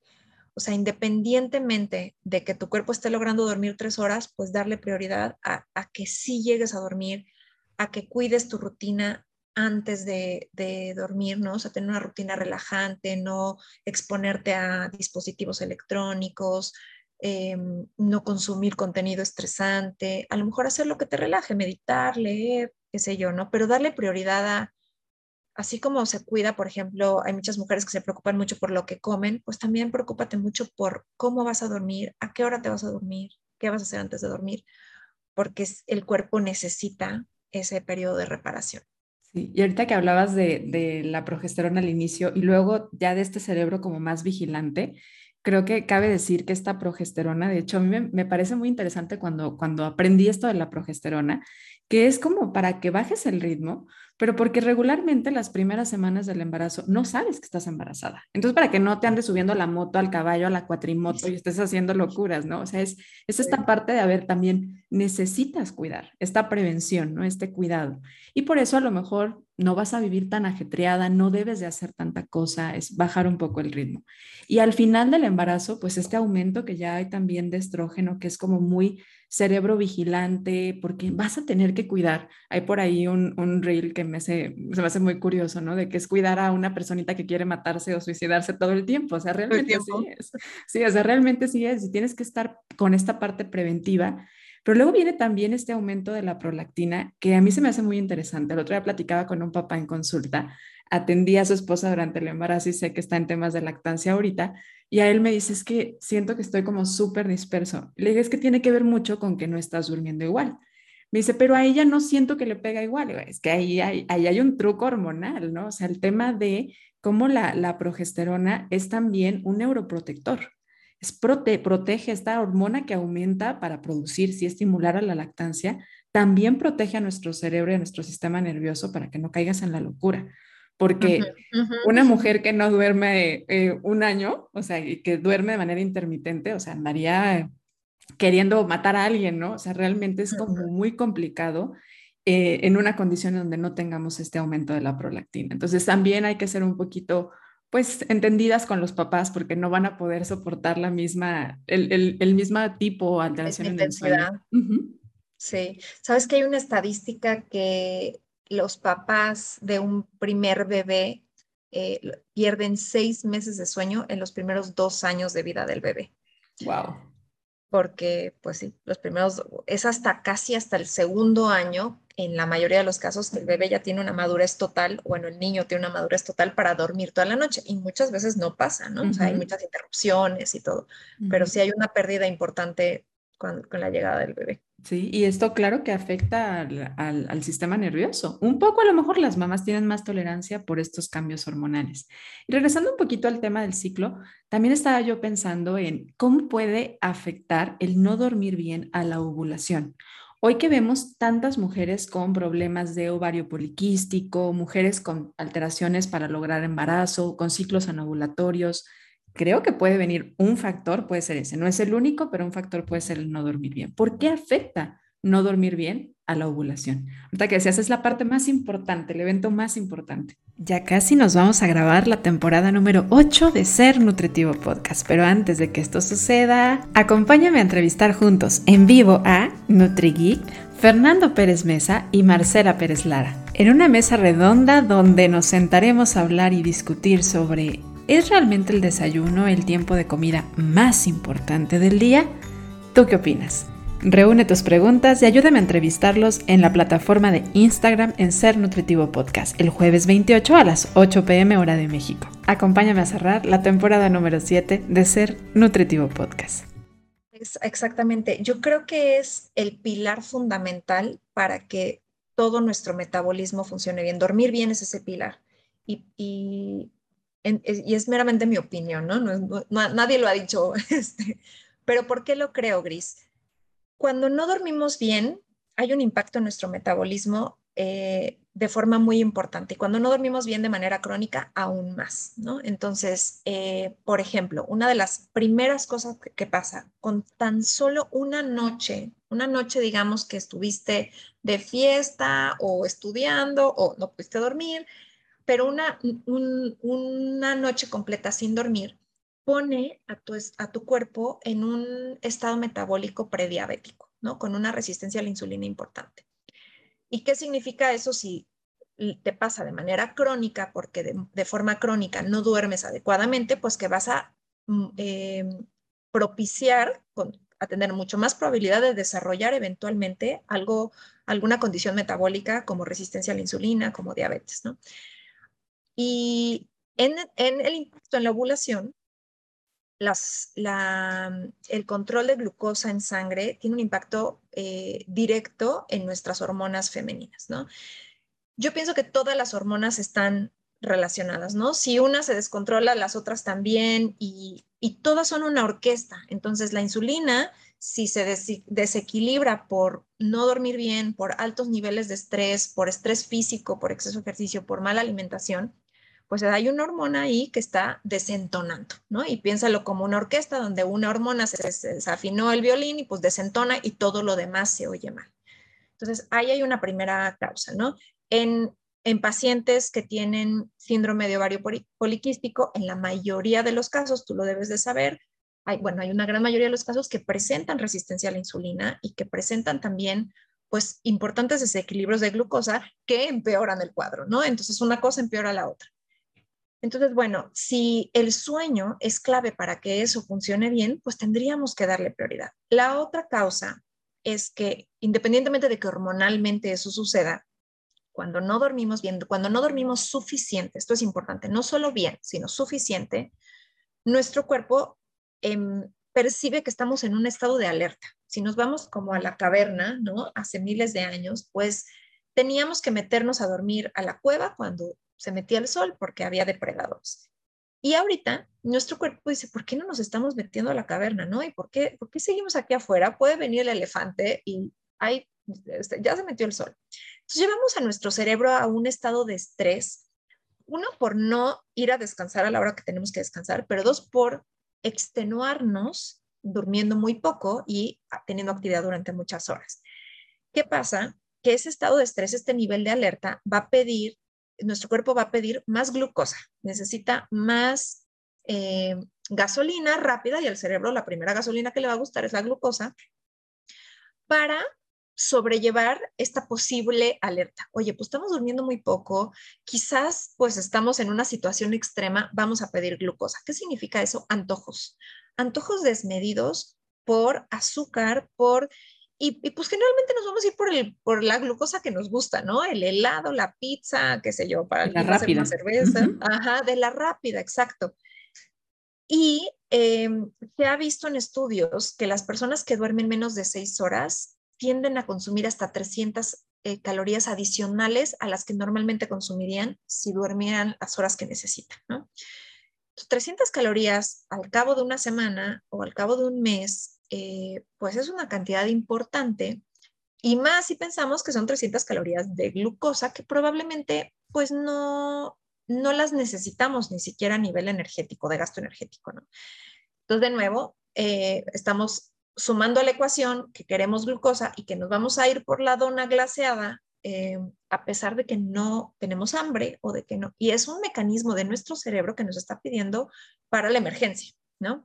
O sea, independientemente de que tu cuerpo esté logrando dormir tres horas, pues darle prioridad a, a que sí llegues a dormir, a que cuides tu rutina antes de, de dormir, ¿no? O sea, tener una rutina relajante, no exponerte a dispositivos electrónicos, eh, no consumir contenido estresante, a lo mejor hacer lo que te relaje, meditar, leer, qué sé yo, ¿no? Pero darle prioridad a así como se cuida, por ejemplo, hay muchas mujeres que se preocupan mucho por lo que comen, pues también preocúpate mucho por cómo vas a dormir, a qué hora te vas a dormir, qué vas a hacer antes de dormir, porque el cuerpo necesita ese periodo de reparación. Sí, y ahorita que hablabas de, de la progesterona al inicio y luego ya de este cerebro como más vigilante, creo que cabe decir que esta progesterona, de hecho, a mí me, me parece muy interesante cuando, cuando aprendí esto de la progesterona, que es como para que bajes el ritmo, pero porque regularmente las primeras semanas del embarazo no sabes que estás embarazada. Entonces, para que no te andes subiendo a la moto, al caballo, a la cuatrimoto y estés haciendo locuras, ¿no? O sea, es, es esta parte de, a ver, también necesitas cuidar, esta prevención, ¿no? Este cuidado. Y por eso a lo mejor no vas a vivir tan ajetreada, no debes de hacer tanta cosa, es bajar un poco el ritmo. Y al final del embarazo, pues este aumento que ya hay también de estrógeno, que es como muy cerebro vigilante, porque vas a tener que cuidar. Hay por ahí un, un reel que me hace, se me hace muy curioso, ¿no? De que es cuidar a una personita que quiere matarse o suicidarse todo el tiempo. O sea, Todo el realmente sí tiempo. es. Sí, o sea, realmente sí es. Y tienes que estar con esta parte preventiva. Pero luego viene también este aumento de la prolactina, que a mí se me hace muy interesante. El otro día platicaba con un papá en consulta, atendí a su esposa durante el embarazo y sé que está en temas de lactancia ahorita, y a él me dice, es que siento que estoy como súper disperso. Le dije, es que tiene que ver mucho con que no estás durmiendo igual. Me dice, pero a ella no siento que le pega igual. Digo, es que ahí hay, ahí hay un truco hormonal, ¿no? O sea, el tema de cómo la, la progesterona es también un neuroprotector. Es prote, protege esta hormona que aumenta para producir, si estimular a la lactancia, también protege a nuestro cerebro y a nuestro sistema nervioso para que no caigas en la locura. Ujú, Porque ujú. una mujer que no duerme eh, un año, o sea, y que duerme de manera intermitente, o sea, andaría queriendo matar a alguien, ¿no? O sea, realmente es como muy complicado eh, en una condición donde no tengamos este aumento de la prolactina. Entonces, también hay que ser un poquito, pues, entendidas con los papás porque no van a poder soportar la misma, el, el, el mismo tipo o Misma alteración en el sueño. intensidad. Uh -huh. Sí. ¿Sabes que hay una estadística que los papás de un primer bebé eh, pierden seis meses de sueño en los primeros dos años de vida del bebé? Wow. Porque, pues sí, los primeros, es hasta casi hasta el segundo año, en la mayoría de los casos, que el bebé ya tiene una madurez total, bueno, el niño tiene una madurez total para dormir toda la noche, y muchas veces no pasa, ¿no? Uh O sea, hay -huh. muchas interrupciones y todo, Uh pero -huh. sí hay una pérdida importante con, con la llegada del bebé. Sí, y esto claro que afecta al, al, al, sistema nervioso. Un poco a lo mejor las mamás tienen más tolerancia por estos cambios hormonales. Y regresando un poquito al tema del ciclo, también estaba yo pensando en cómo puede afectar el no dormir bien a la ovulación. Hoy que vemos tantas mujeres con problemas de ovario poliquístico, mujeres con alteraciones para lograr embarazo, con ciclos anovulatorios, creo que puede venir un factor, puede ser ese, no es el único, pero un factor puede ser el no dormir bien. ¿Por qué afecta no dormir bien a la ovulación? Ahorita que decías, es la parte más importante, el evento más importante. Ya casi nos vamos a grabar la temporada número ocho de Ser Nutritivo Podcast, pero antes de que esto suceda, acompáñame a entrevistar juntos en vivo a NutriGeek, Fernando Pérez Mesa y Marcela Pérez Lara, en una mesa redonda donde nos sentaremos a hablar y discutir sobre ¿es realmente el desayuno el tiempo de comida más importante del día? ¿Tú qué opinas? Reúne tus preguntas y ayúdame a entrevistarlos en la plataforma de Instagram en Ser Nutritivo Podcast el jueves veintiocho a las ocho pe eme hora de México. Acompáñame a cerrar la temporada número siete de Ser Nutritivo Podcast. Exactamente. Yo creo que es el pilar fundamental para que todo nuestro metabolismo funcione bien. Dormir bien es ese pilar. Y, y, en, y es meramente mi opinión, ¿no? No, no, no nadie lo ha dicho. Este, pero ¿por qué lo creo, Gris? Cuando no dormimos bien, hay un impacto en nuestro metabolismo eh, de forma muy importante. Y cuando no dormimos bien de manera crónica, aún más, ¿no? Entonces, eh, por ejemplo, una de las primeras cosas que, que pasa con tan solo una noche, una noche, digamos, que estuviste de fiesta o estudiando o no pudiste dormir, pero una, un, una noche completa sin dormir pone a tu, a tu cuerpo en un estado metabólico prediabético, ¿no? Con una resistencia a la insulina importante. ¿Y qué significa eso si te pasa de manera crónica, porque de, de forma crónica no duermes adecuadamente? Pues que vas a eh, propiciar, con, a tener mucho más probabilidad de desarrollar eventualmente algo, alguna condición metabólica como resistencia a la insulina, como diabetes, ¿no? Y en, en el impacto en la ovulación, las, la, el control de glucosa en sangre tiene un impacto eh, directo en nuestras hormonas femeninas, ¿no? Yo pienso que todas las hormonas están relacionadas, ¿no? Si una se descontrola, las otras también, y, y todas son una orquesta. Entonces, la insulina, si se des desequilibra por no dormir bien, por altos niveles de estrés, por estrés físico, por exceso de ejercicio, por mala alimentación, pues hay una hormona ahí que está desentonando, ¿no? Y piénsalo como una orquesta donde una hormona se, se desafinó el violín y pues desentona y todo lo demás se oye mal. Entonces, ahí hay una primera causa, ¿no? En, en pacientes que tienen síndrome de ovario poliquístico, en la mayoría de los casos, tú lo debes de saber, hay, bueno, hay una gran mayoría de los casos que presentan resistencia a la insulina y que presentan también, pues, importantes desequilibrios de glucosa que empeoran el cuadro, ¿no? Entonces, una cosa empeora la otra. Entonces, bueno, si el sueño es clave para que eso funcione bien, pues tendríamos que darle prioridad. La otra causa es que independientemente de que hormonalmente eso suceda, cuando no dormimos bien, cuando no dormimos suficiente, esto es importante, no solo bien, sino suficiente, nuestro cuerpo eh, percibe que estamos en un estado de alerta. Si nos vamos como a la caverna, ¿no? Hace miles de años, pues teníamos que meternos a dormir a la cueva cuando se metía el sol porque había depredadores. Y ahorita nuestro cuerpo dice, ¿por qué no nos estamos metiendo a la caverna, no? ¿Y por qué, por qué seguimos aquí afuera? Puede venir el elefante y hay, ya se metió el sol. Entonces llevamos a nuestro cerebro a un estado de estrés, uno, por no ir a descansar a la hora que tenemos que descansar, pero dos, por extenuarnos durmiendo muy poco y teniendo actividad durante muchas horas. ¿Qué pasa? Que ese estado de estrés, este nivel de alerta, va a pedir, nuestro cuerpo va a pedir más glucosa, necesita más eh, gasolina rápida y al cerebro la primera gasolina que le va a gustar es la glucosa para sobrellevar esta posible alerta. Oye, pues estamos durmiendo muy poco, quizás pues estamos en una situación extrema, vamos a pedir glucosa. ¿Qué significa eso? Antojos. Antojos desmedidos por azúcar, por... Y, y pues generalmente nos vamos a ir por, el, por la glucosa que nos gusta, ¿no? El helado, la pizza, qué sé yo, para La alguien va a ser una rápida. cerveza. Ujú. Ajá, de la rápida, exacto. Y eh, se ha visto en estudios que las personas que duermen menos de seis horas tienden a consumir hasta trescientas eh, calorías adicionales a las que normalmente consumirían si durmieran las horas que necesitan, ¿no? Entonces, trescientas calorías al cabo de una semana o al cabo de un mes, eh, pues es una cantidad importante. Y más si pensamos que son trescientas calorías de glucosa que probablemente pues no, no las necesitamos ni siquiera a nivel energético, de gasto energético, ¿no? Entonces, de nuevo, eh, estamos sumando a la ecuación que queremos glucosa y que nos vamos a ir por la dona glaseada eh, a pesar de que no tenemos hambre o de que no. Y es un mecanismo de nuestro cerebro que nos está pidiendo para la emergencia, ¿no?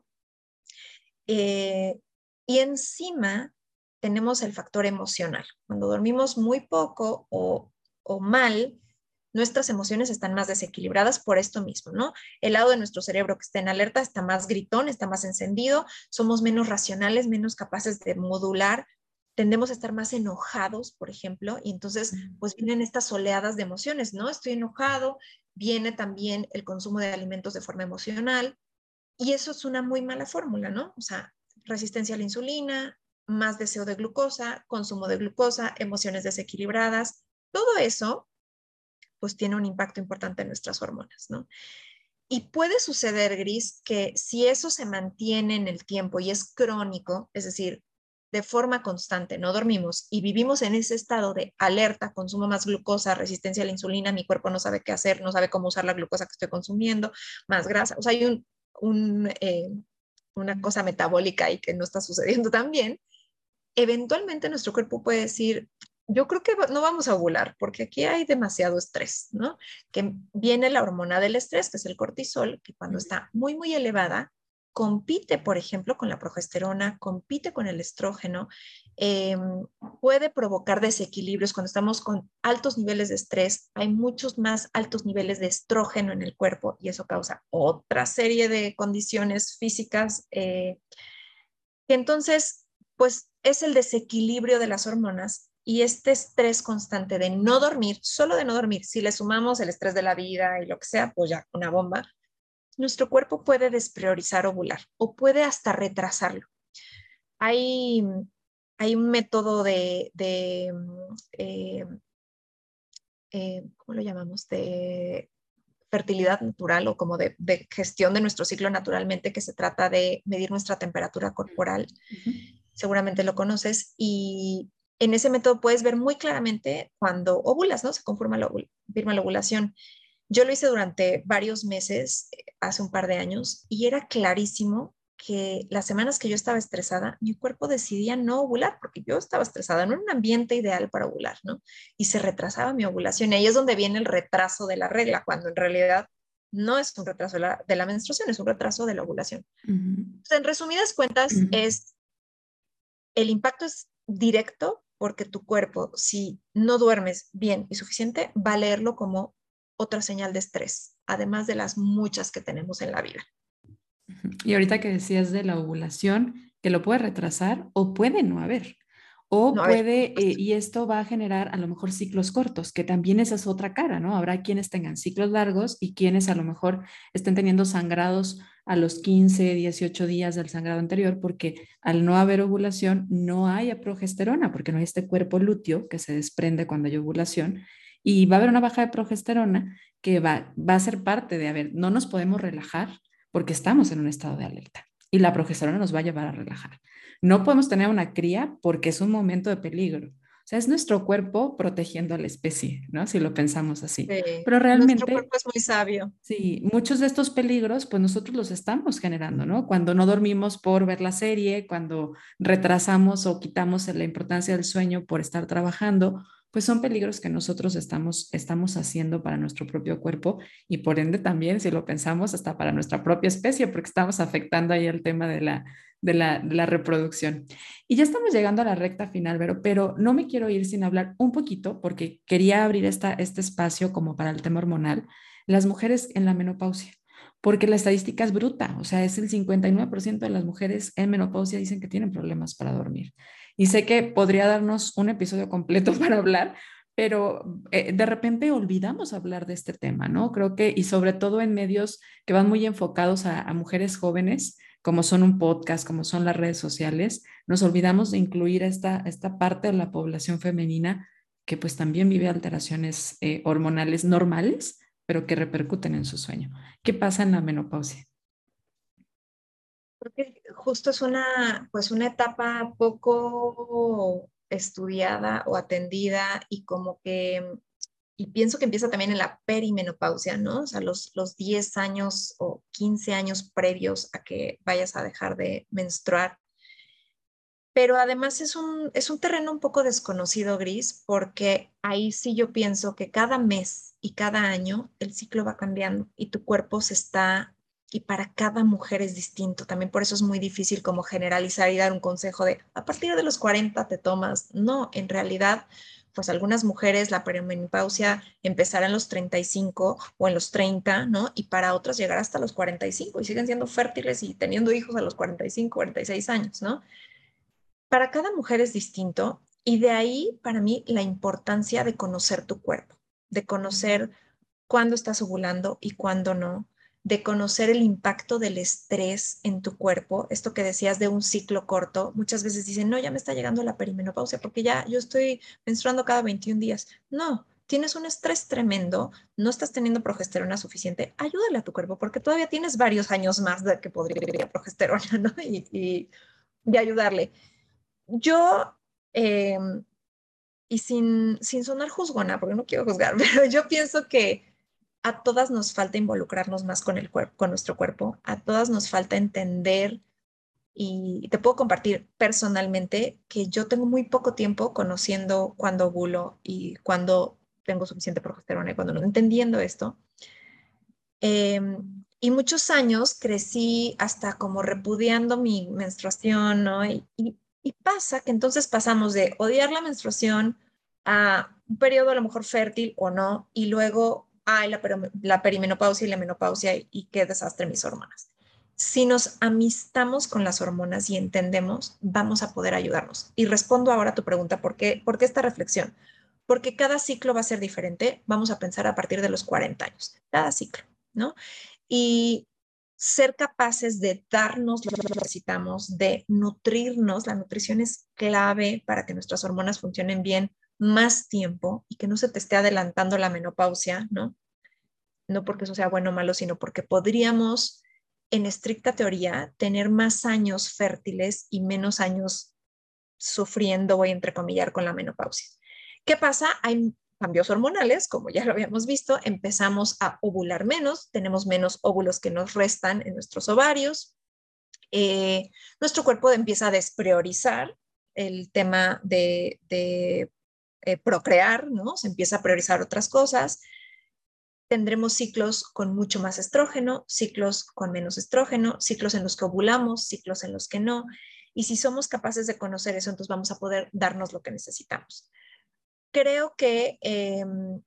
Eh, y encima tenemos el factor emocional. Cuando dormimos muy poco o, o mal, nuestras emociones están más desequilibradas por esto mismo, ¿no? El lado de nuestro cerebro que está en alerta está más gritón, está más encendido, somos menos racionales, menos capaces de modular, tendemos a estar más enojados, por ejemplo, y entonces pues vienen estas oleadas de emociones, ¿no? Estoy enojado, viene también el consumo de alimentos de forma emocional, y eso es una muy mala fórmula, ¿no? O sea, resistencia a la insulina, más deseo de glucosa, consumo de glucosa, emociones desequilibradas. Todo eso, pues tiene un impacto importante en nuestras hormonas, ¿no? Y puede suceder, Gris, que si eso se mantiene en el tiempo y es crónico, es decir, de forma constante, no dormimos y vivimos en ese estado de alerta, consumo más glucosa, resistencia a la insulina, mi cuerpo no sabe qué hacer, no sabe cómo usar la glucosa que estoy consumiendo, más grasa, o sea, hay un, un, eh, una cosa metabólica ahí que no está sucediendo tan bien, eventualmente nuestro cuerpo puede decir, yo creo que no vamos a ovular porque aquí hay demasiado estrés, ¿no? Que viene la hormona del estrés, que es el cortisol, que cuando está muy, muy elevada, compite, por ejemplo, con la progesterona, compite con el estrógeno, eh, puede provocar desequilibrios. Cuando estamos con altos niveles de estrés, hay muchos más altos niveles de estrógeno en el cuerpo y eso causa otra serie de condiciones físicas eh, que entonces, pues es el desequilibrio de las hormonas y este estrés constante de no dormir, solo de no dormir, si le sumamos el estrés de la vida y lo que sea, pues ya una bomba, nuestro cuerpo puede despriorizar ovular o puede hasta retrasarlo. Hay, hay un método de, de eh, eh, ¿cómo lo llamamos? De fertilidad natural o como de, de, gestión de nuestro ciclo naturalmente, que se trata de medir nuestra temperatura corporal. Ujú. Seguramente lo conoces, y en ese método puedes ver muy claramente cuando ovulas, ¿no? Se confirma la, confirma la ovulación. Yo lo hice durante varios meses, hace un par de años, y era clarísimo que las semanas que yo estaba estresada, mi cuerpo decidía no ovular, porque yo estaba estresada, no era un ambiente ideal para ovular, ¿no? Y se retrasaba mi ovulación. Y ahí es donde viene el retraso de la regla, cuando en realidad no es un retraso de la, de la menstruación, es un retraso de la ovulación. Ujú. Entonces, en resumidas cuentas, Ujú. es el impacto es directo porque tu cuerpo, si no duermes bien y suficiente, va a leerlo como otra señal de estrés, además de las muchas que tenemos en la vida. Y ahorita que decías de la ovulación, que lo puede retrasar o puede no haber. O No, a ver, puede, eh, y esto va a generar a lo mejor ciclos cortos, que también esa es otra cara, ¿no? Habrá quienes tengan ciclos largos y quienes a lo mejor estén teniendo sangrados a los quince, dieciocho días del sangrado anterior, porque al no haber ovulación no hay progesterona, porque no hay este cuerpo lúteo que se desprende cuando hay ovulación, y va a haber una baja de progesterona que va, va a ser parte de, a ver, no nos podemos relajar porque estamos en un estado de alerta y la progesterona nos va a llevar a relajar. No podemos tener una cría porque es un momento de peligro. O sea, es nuestro cuerpo protegiendo a la especie, ¿no? Si lo pensamos así. eh, Pero nuestro realmente, cuerpo es muy sabio. sí, muchos de estos peligros, pues nosotros los estamos generando, ¿no? Cuando no dormimos por ver la serie, cuando retrasamos o quitamos la importancia del sueño por estar trabajando, pues son peligros que nosotros estamos, estamos haciendo para nuestro propio cuerpo y por ende también, si lo pensamos, hasta para nuestra propia especie, porque estamos afectando ahí el tema de la, de la, de la reproducción. Y ya estamos llegando a la recta final, Vero, pero no me quiero ir sin hablar un poquito, porque quería abrir esta, este espacio como para el tema hormonal, las mujeres en la menopausia, porque la estadística es bruta, o sea, es el cincuenta y nueve por ciento de las mujeres en menopausia dicen que tienen problemas para dormir. Y sé que podría darnos un episodio completo para hablar, pero eh, de repente olvidamos hablar de este tema, ¿no? Creo que, y sobre todo en medios que van muy enfocados a, a mujeres jóvenes, como son un podcast, como son las redes sociales, nos olvidamos de incluir esta, esta parte de la población femenina que pues también vive alteraciones eh, hormonales normales, pero que repercuten en su sueño. ¿Qué pasa en la menopausia? Porque justo es una, pues una etapa poco estudiada o atendida y como que, y pienso que empieza también en la perimenopausia, ¿no? O sea, los, los diez años o quince años previos a que vayas a dejar de menstruar. Pero además es un, es un terreno un poco desconocido, Gris, porque ahí sí yo pienso que cada mes y cada año el ciclo va cambiando y tu cuerpo se está, y para cada mujer es distinto. También por eso es muy difícil como generalizar y dar un consejo de a partir de los cuarenta te tomas. No, en realidad, pues algunas mujeres la perimenopausia empezará en los treinta y cinco o en los treinta, ¿no? Y para otras llegar hasta los cuarenta y cinco y siguen siendo fértiles y teniendo hijos a los cuarenta y cinco, cuarenta y seis años, ¿no? Para cada mujer es distinto y de ahí para mí la importancia de conocer tu cuerpo, de conocer cuándo estás ovulando y cuándo no, de conocer el impacto del estrés en tu cuerpo, esto que decías de un ciclo corto, muchas veces dicen, no, ya me está llegando la perimenopausia porque ya yo estoy menstruando cada veintiún días. No, tienes un estrés tremendo, no estás teniendo progesterona suficiente, ayúdale a tu cuerpo porque todavía tienes varios años más de que podría progesterona, ¿no? Y, y, y ayudarle. Yo, eh, y sin, sin sonar juzgona, porque no quiero juzgar, pero yo pienso que a todas nos falta involucrarnos más con el cuerpo, con nuestro cuerpo, a todas nos falta entender y te puedo compartir personalmente que yo tengo muy poco tiempo conociendo cuándo ovulo y cuándo tengo suficiente progesterona y cuándo no, entendiendo esto. Eh, y muchos años crecí hasta como repudiando mi menstruación, ¿no? Y, y, y pasa que entonces pasamos de odiar la menstruación a un periodo a lo mejor fértil o no, y luego, ay, la, la perimenopausia y la menopausia y, y qué desastre mis hormonas. Si nos amistamos con las hormonas y entendemos, vamos a poder ayudarnos. Y respondo ahora a tu pregunta, ¿por qué, ¿por qué esta reflexión? Porque cada ciclo va a ser diferente. Vamos a pensar a partir de los cuarenta años, cada ciclo, ¿no? Y ser capaces de darnos lo que necesitamos, de nutrirnos. La nutrición es clave para que nuestras hormonas funcionen bien más tiempo y que no se te esté adelantando la menopausia, ¿no? No porque eso sea bueno o malo, sino porque podríamos, en estricta teoría, tener más años fértiles y menos años sufriendo, voy a entrecomillar, con la menopausia. ¿Qué pasa? Hay cambios hormonales, como ya lo habíamos visto, empezamos a ovular menos, tenemos menos óvulos que nos restan en nuestros ovarios, eh, nuestro cuerpo empieza a despriorizar el tema de, de eh, procrear, ¿no? Se empieza a priorizar otras cosas. Tendremos ciclos con mucho más estrógeno, ciclos con menos estrógeno, ciclos en los que ovulamos, ciclos en los que no. Y si somos capaces de conocer eso, entonces vamos a poder darnos lo que necesitamos. Creo que eh,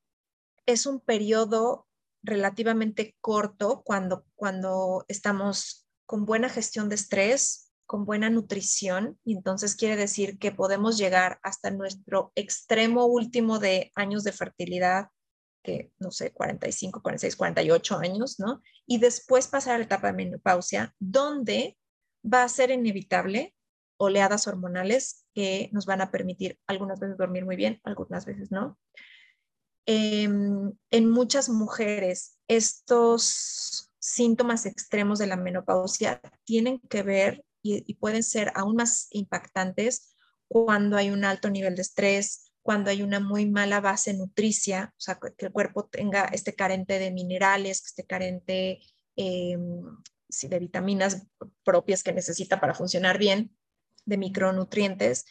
es un periodo relativamente corto cuando, cuando estamos con buena gestión de estrés, con buena nutrición, y entonces quiere decir que podemos llegar hasta nuestro extremo último de años de fertilidad, que no sé, cuarenta y cinco, cuarenta y seis, cuarenta y ocho años, ¿no? Y después pasar a la etapa de menopausia, donde va a ser inevitable oleadas hormonales que nos van a permitir algunas veces dormir muy bien, algunas veces no. Eh, en muchas mujeres, estos síntomas extremos de la menopausia tienen que ver y, y pueden ser aún más impactantes cuando hay un alto nivel de estrés, cuando hay una muy mala base nutricia, o sea, que el cuerpo tenga, esté carente de minerales, que esté carente eh, de vitaminas propias que necesita para funcionar bien, de micronutrientes.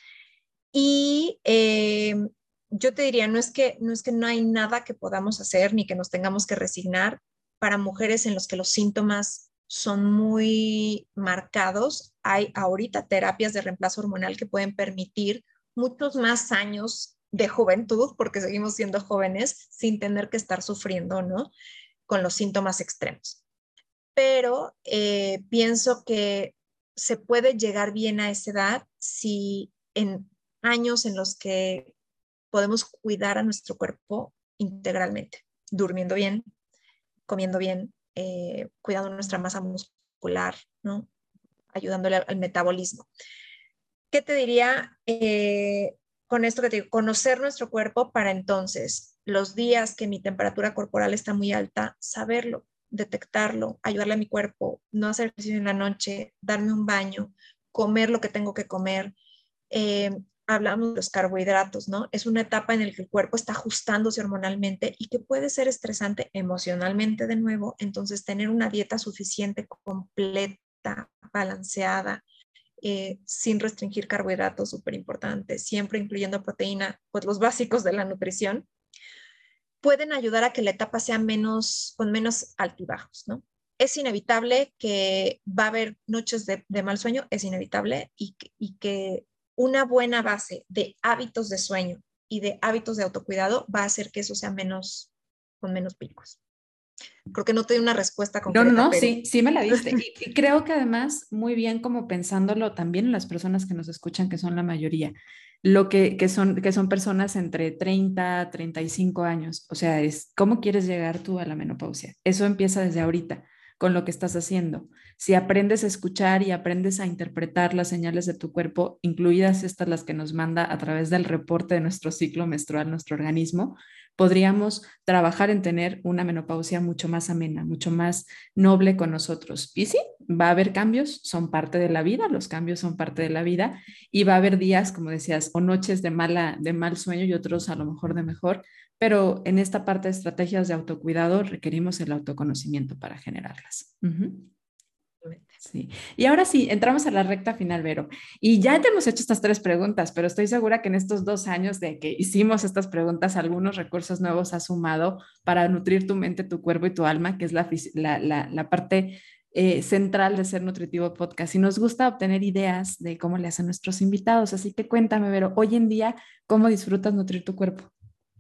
Y eh, yo te diría, no es que, no es que no hay nada que podamos hacer ni que nos tengamos que resignar para mujeres en los que los síntomas son muy marcados. Hay ahorita terapias de reemplazo hormonal que pueden permitir muchos más años de juventud, porque seguimos siendo jóvenes, sin tener que estar sufriendo, ¿no? Con los síntomas extremos. Pero eh, pienso que se puede llegar bien a esa edad si en años en los que podemos cuidar a nuestro cuerpo integralmente, durmiendo bien, comiendo bien, eh, cuidando nuestra masa muscular, ¿no? Ayudándole al, al metabolismo. ¿Qué te diría eh, con esto que te digo? Conocer nuestro cuerpo para entonces, los días que mi temperatura corporal está muy alta, saberlo, detectarlo, ayudarle a mi cuerpo, no hacer ejercicio en la noche, darme un baño, comer lo que tengo que comer. Eh, hablamos de los carbohidratos, ¿no? Es una etapa en la que el cuerpo está ajustándose hormonalmente y que puede ser estresante emocionalmente de nuevo. Entonces, tener una dieta suficiente, completa, balanceada, eh, sin restringir carbohidratos, súper importante, siempre incluyendo proteína, pues los básicos de la nutrición, pueden ayudar a que la etapa sea menos, con menos altibajos, ¿no? Es inevitable que va a haber noches de, de mal sueño, es inevitable, y, y que una buena base de hábitos de sueño y de hábitos de autocuidado va a hacer que eso sea menos, con menos picos. Creo que no te doy una respuesta No, no, concreta, no, pero... sí, sí me la diste. Y, y creo que además, muy bien como pensándolo también en las personas que nos escuchan, que son la mayoría, lo que, que son, que son personas entre treinta, treinta y cinco años. O sea, es cómo quieres llegar tú a la menopausia. Eso empieza desde ahorita, con lo que estás haciendo. Si aprendes a escuchar y aprendes a interpretar las señales de tu cuerpo, incluidas estas las que nos manda a través del reporte de nuestro ciclo menstrual, nuestro organismo, podríamos trabajar en tener una menopausia mucho más amena, mucho más noble con nosotros. Y sí, va a haber cambios, son parte de la vida, los cambios son parte de la vida y va a haber días, como decías, o noches de, mala, de mal sueño y otros a lo mejor de mejor, pero en esta parte de estrategias de autocuidado requerimos el autoconocimiento para generarlas. Uh-huh. Sí. Y ahora sí, entramos a la recta final, Vero. Y ya te hemos hecho estas tres preguntas, pero estoy segura que en estos dos años de que hicimos estas preguntas, algunos recursos nuevos has sumado para nutrir tu mente, tu cuerpo y tu alma, que es la, la, la, la parte eh, central de Ser Nutritivo Podcast. Y nos gusta obtener ideas de cómo le hacen nuestros invitados. Así que cuéntame, Vero, hoy en día, ¿cómo disfrutas nutrir tu cuerpo?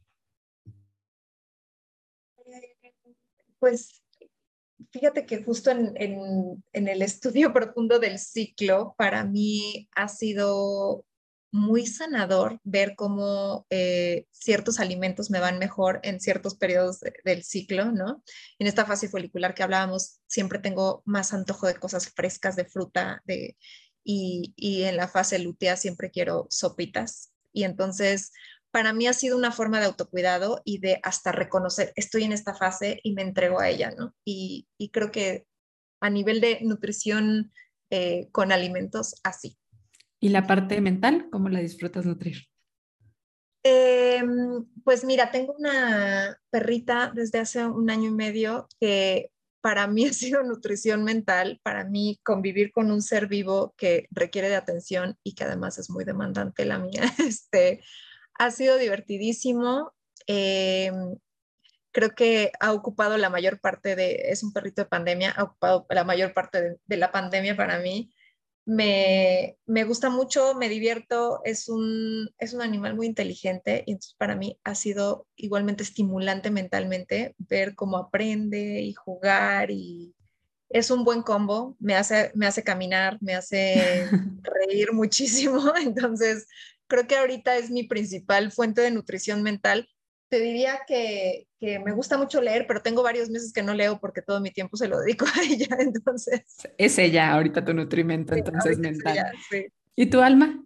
Pues fíjate que justo en, en, en el estudio profundo del ciclo, para mí ha sido muy sanador ver cómo eh, ciertos alimentos me van mejor en ciertos periodos de, del ciclo, ¿no? En esta fase folicular que hablábamos, siempre tengo más antojo de cosas frescas, de fruta, de, y, y en la fase lútea siempre quiero sopitas. Y entonces para mí ha sido una forma de autocuidado y de hasta reconocer, estoy en esta fase y me entrego a ella, ¿no? Y, y creo que a nivel de nutrición eh, con alimentos, así. ¿Y la parte mental, cómo la disfrutas nutrir? Eh, pues mira, tengo una perrita desde hace un año y medio que para mí ha sido nutrición mental, para mí convivir con un ser vivo que requiere de atención y que además es muy demandante la mía, este, ha sido divertidísimo. Eh, creo que ha ocupado la mayor parte de, es un perrito de pandemia, ha ocupado la mayor parte de, de la pandemia para mí. Me, me, gusta mucho, me divierto, es un, es un animal muy inteligente y entonces para mí ha sido igualmente estimulante mentalmente ver cómo aprende y jugar y es un buen combo, me hace, me hace caminar, me hace reír muchísimo, entonces creo que ahorita es mi principal fuente de nutrición mental. Te diría que, que me gusta mucho leer, pero tengo varios meses que no leo porque todo mi tiempo se lo dedico a ella, entonces... Es ella ahorita tu nutrimento, Sí, entonces ahorita es mental. ella, sí. ¿Y tu alma?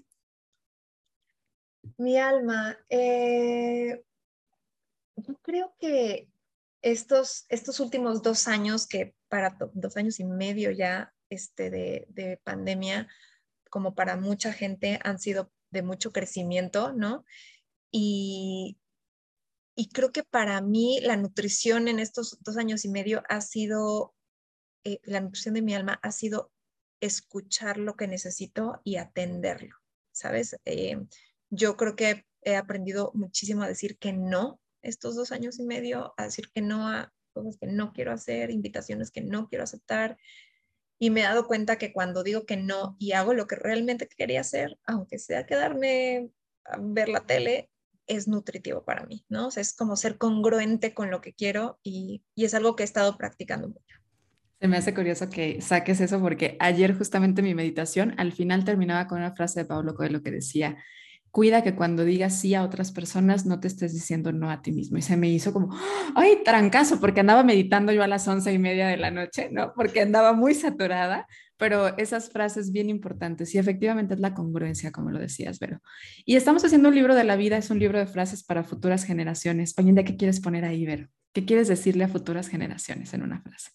Mi alma, eh, yo creo que estos, estos últimos dos años, que para dos años y medio ya este, de, de pandemia, como para mucha gente, han sido de mucho crecimiento, ¿no? Y, y creo que para mí la nutrición en estos dos años y medio ha sido, eh, la nutrición de mi alma ha sido escuchar lo que necesito y atenderlo, ¿sabes? Eh, yo creo que he aprendido muchísimo a decir que no estos dos años y medio, a decir que no a cosas que no quiero hacer, invitaciones que no quiero aceptar. Y me he dado cuenta que cuando digo que no y hago lo que realmente quería hacer, aunque sea quedarme a ver la tele, es nutritivo para mí, ¿no? O sea, es como ser congruente con lo que quiero y, y es algo que he estado practicando mucho. Se me hace curioso que saques eso porque ayer justamente mi meditación al final terminaba con una frase de Paulo Coelho que decía, cuida que cuando digas sí a otras personas no te estés diciendo no a ti mismo. Y se me hizo como, ay, trancazo, porque andaba meditando yo a las once y media de la noche, ¿no? Porque andaba muy saturada, pero esas frases bien importantes y efectivamente es la congruencia, como lo decías, Vero. Y estamos haciendo un libro de la vida, es un libro de frases para futuras generaciones. Oye, ¿de qué quieres poner ahí, Vero? ¿Qué quieres decirle a futuras generaciones en una frase?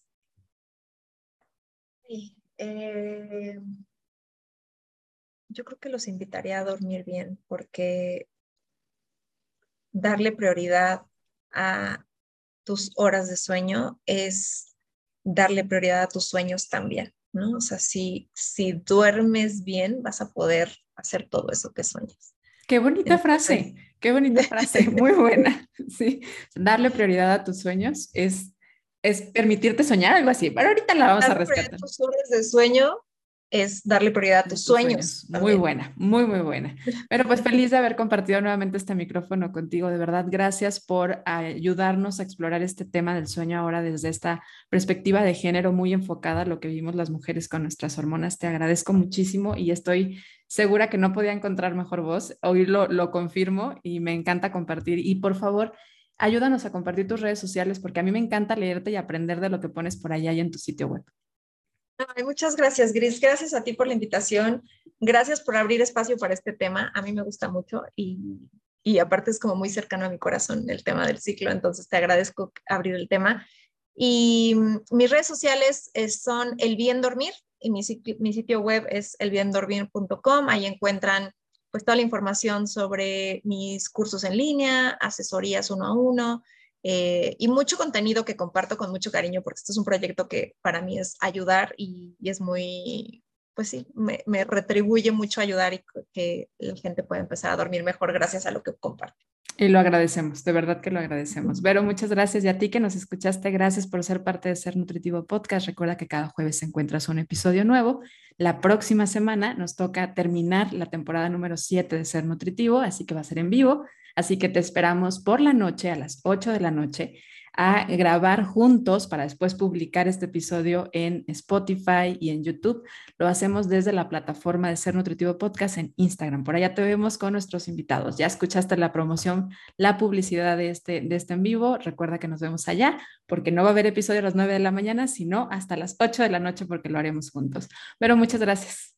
Sí, eh, yo creo que los invitaría a dormir bien porque darle prioridad a tus horas de sueño es darle prioridad a tus sueños también, ¿no? O sea, si, si duermes bien, vas a poder hacer todo eso que sueñas. Qué bonita Entonces, frase, qué bonita frase, muy buena. Sí, darle prioridad a tus sueños es, es permitirte soñar, algo así, pero ahorita la vamos a darle prioridad rescatar. a tus horas de sueño es darle prioridad a De tus tus sueños. sueños Muy también. buena, muy, muy buena. Pero pues feliz de haber compartido nuevamente este micrófono contigo. De verdad, gracias por ayudarnos a explorar este tema del sueño ahora desde esta perspectiva de género muy enfocada a lo que vivimos las mujeres con nuestras hormonas. Te agradezco muchísimo y estoy segura que no podía encontrar mejor voz. Hoy lo, lo confirmo y me encanta compartir. Y por favor, ayúdanos a compartir tus redes sociales porque a mí me encanta leerte y aprender de lo que pones por allá y en tu sitio web. Ay, muchas gracias, Gris. Gracias a ti por la invitación. Gracias por abrir espacio para este tema. A mí me gusta mucho y, y aparte es como muy cercano a mi corazón el tema del ciclo, entonces te agradezco abrir el tema. Y mm, mis redes sociales es- son El Bien Dormir y mi, sitio- mi sitio web es el bien dormir punto com. Ahí encuentran pues toda la información sobre mis cursos en línea, asesorías uno a uno, eh, y mucho contenido que comparto con mucho cariño porque esto es un proyecto que para mí es ayudar y, y es muy, pues sí, me, me retribuye mucho ayudar y que la gente pueda empezar a dormir mejor gracias a lo que comparto. Y lo agradecemos, de verdad que lo agradecemos. Vero, muchas gracias. Y a ti que nos escuchaste, gracias por ser parte de Ser Nutritivo Podcast. Recuerda que cada jueves encuentras un episodio nuevo. La próxima semana nos toca terminar la temporada número siete de Ser Nutritivo, así que va a ser en vivo. Así que te esperamos por la noche, a las ocho de la noche, a grabar juntos para después publicar este episodio en Spotify y en YouTube. Lo hacemos desde la plataforma de Ser Nutritivo Podcast en Instagram. Por allá te vemos con nuestros invitados. Ya escuchaste la promoción, la publicidad de este, de este en vivo. Recuerda que nos vemos allá porque no va a haber episodio a las nueve de la mañana, sino hasta las ocho de la noche porque lo haremos juntos. Pero muchas gracias.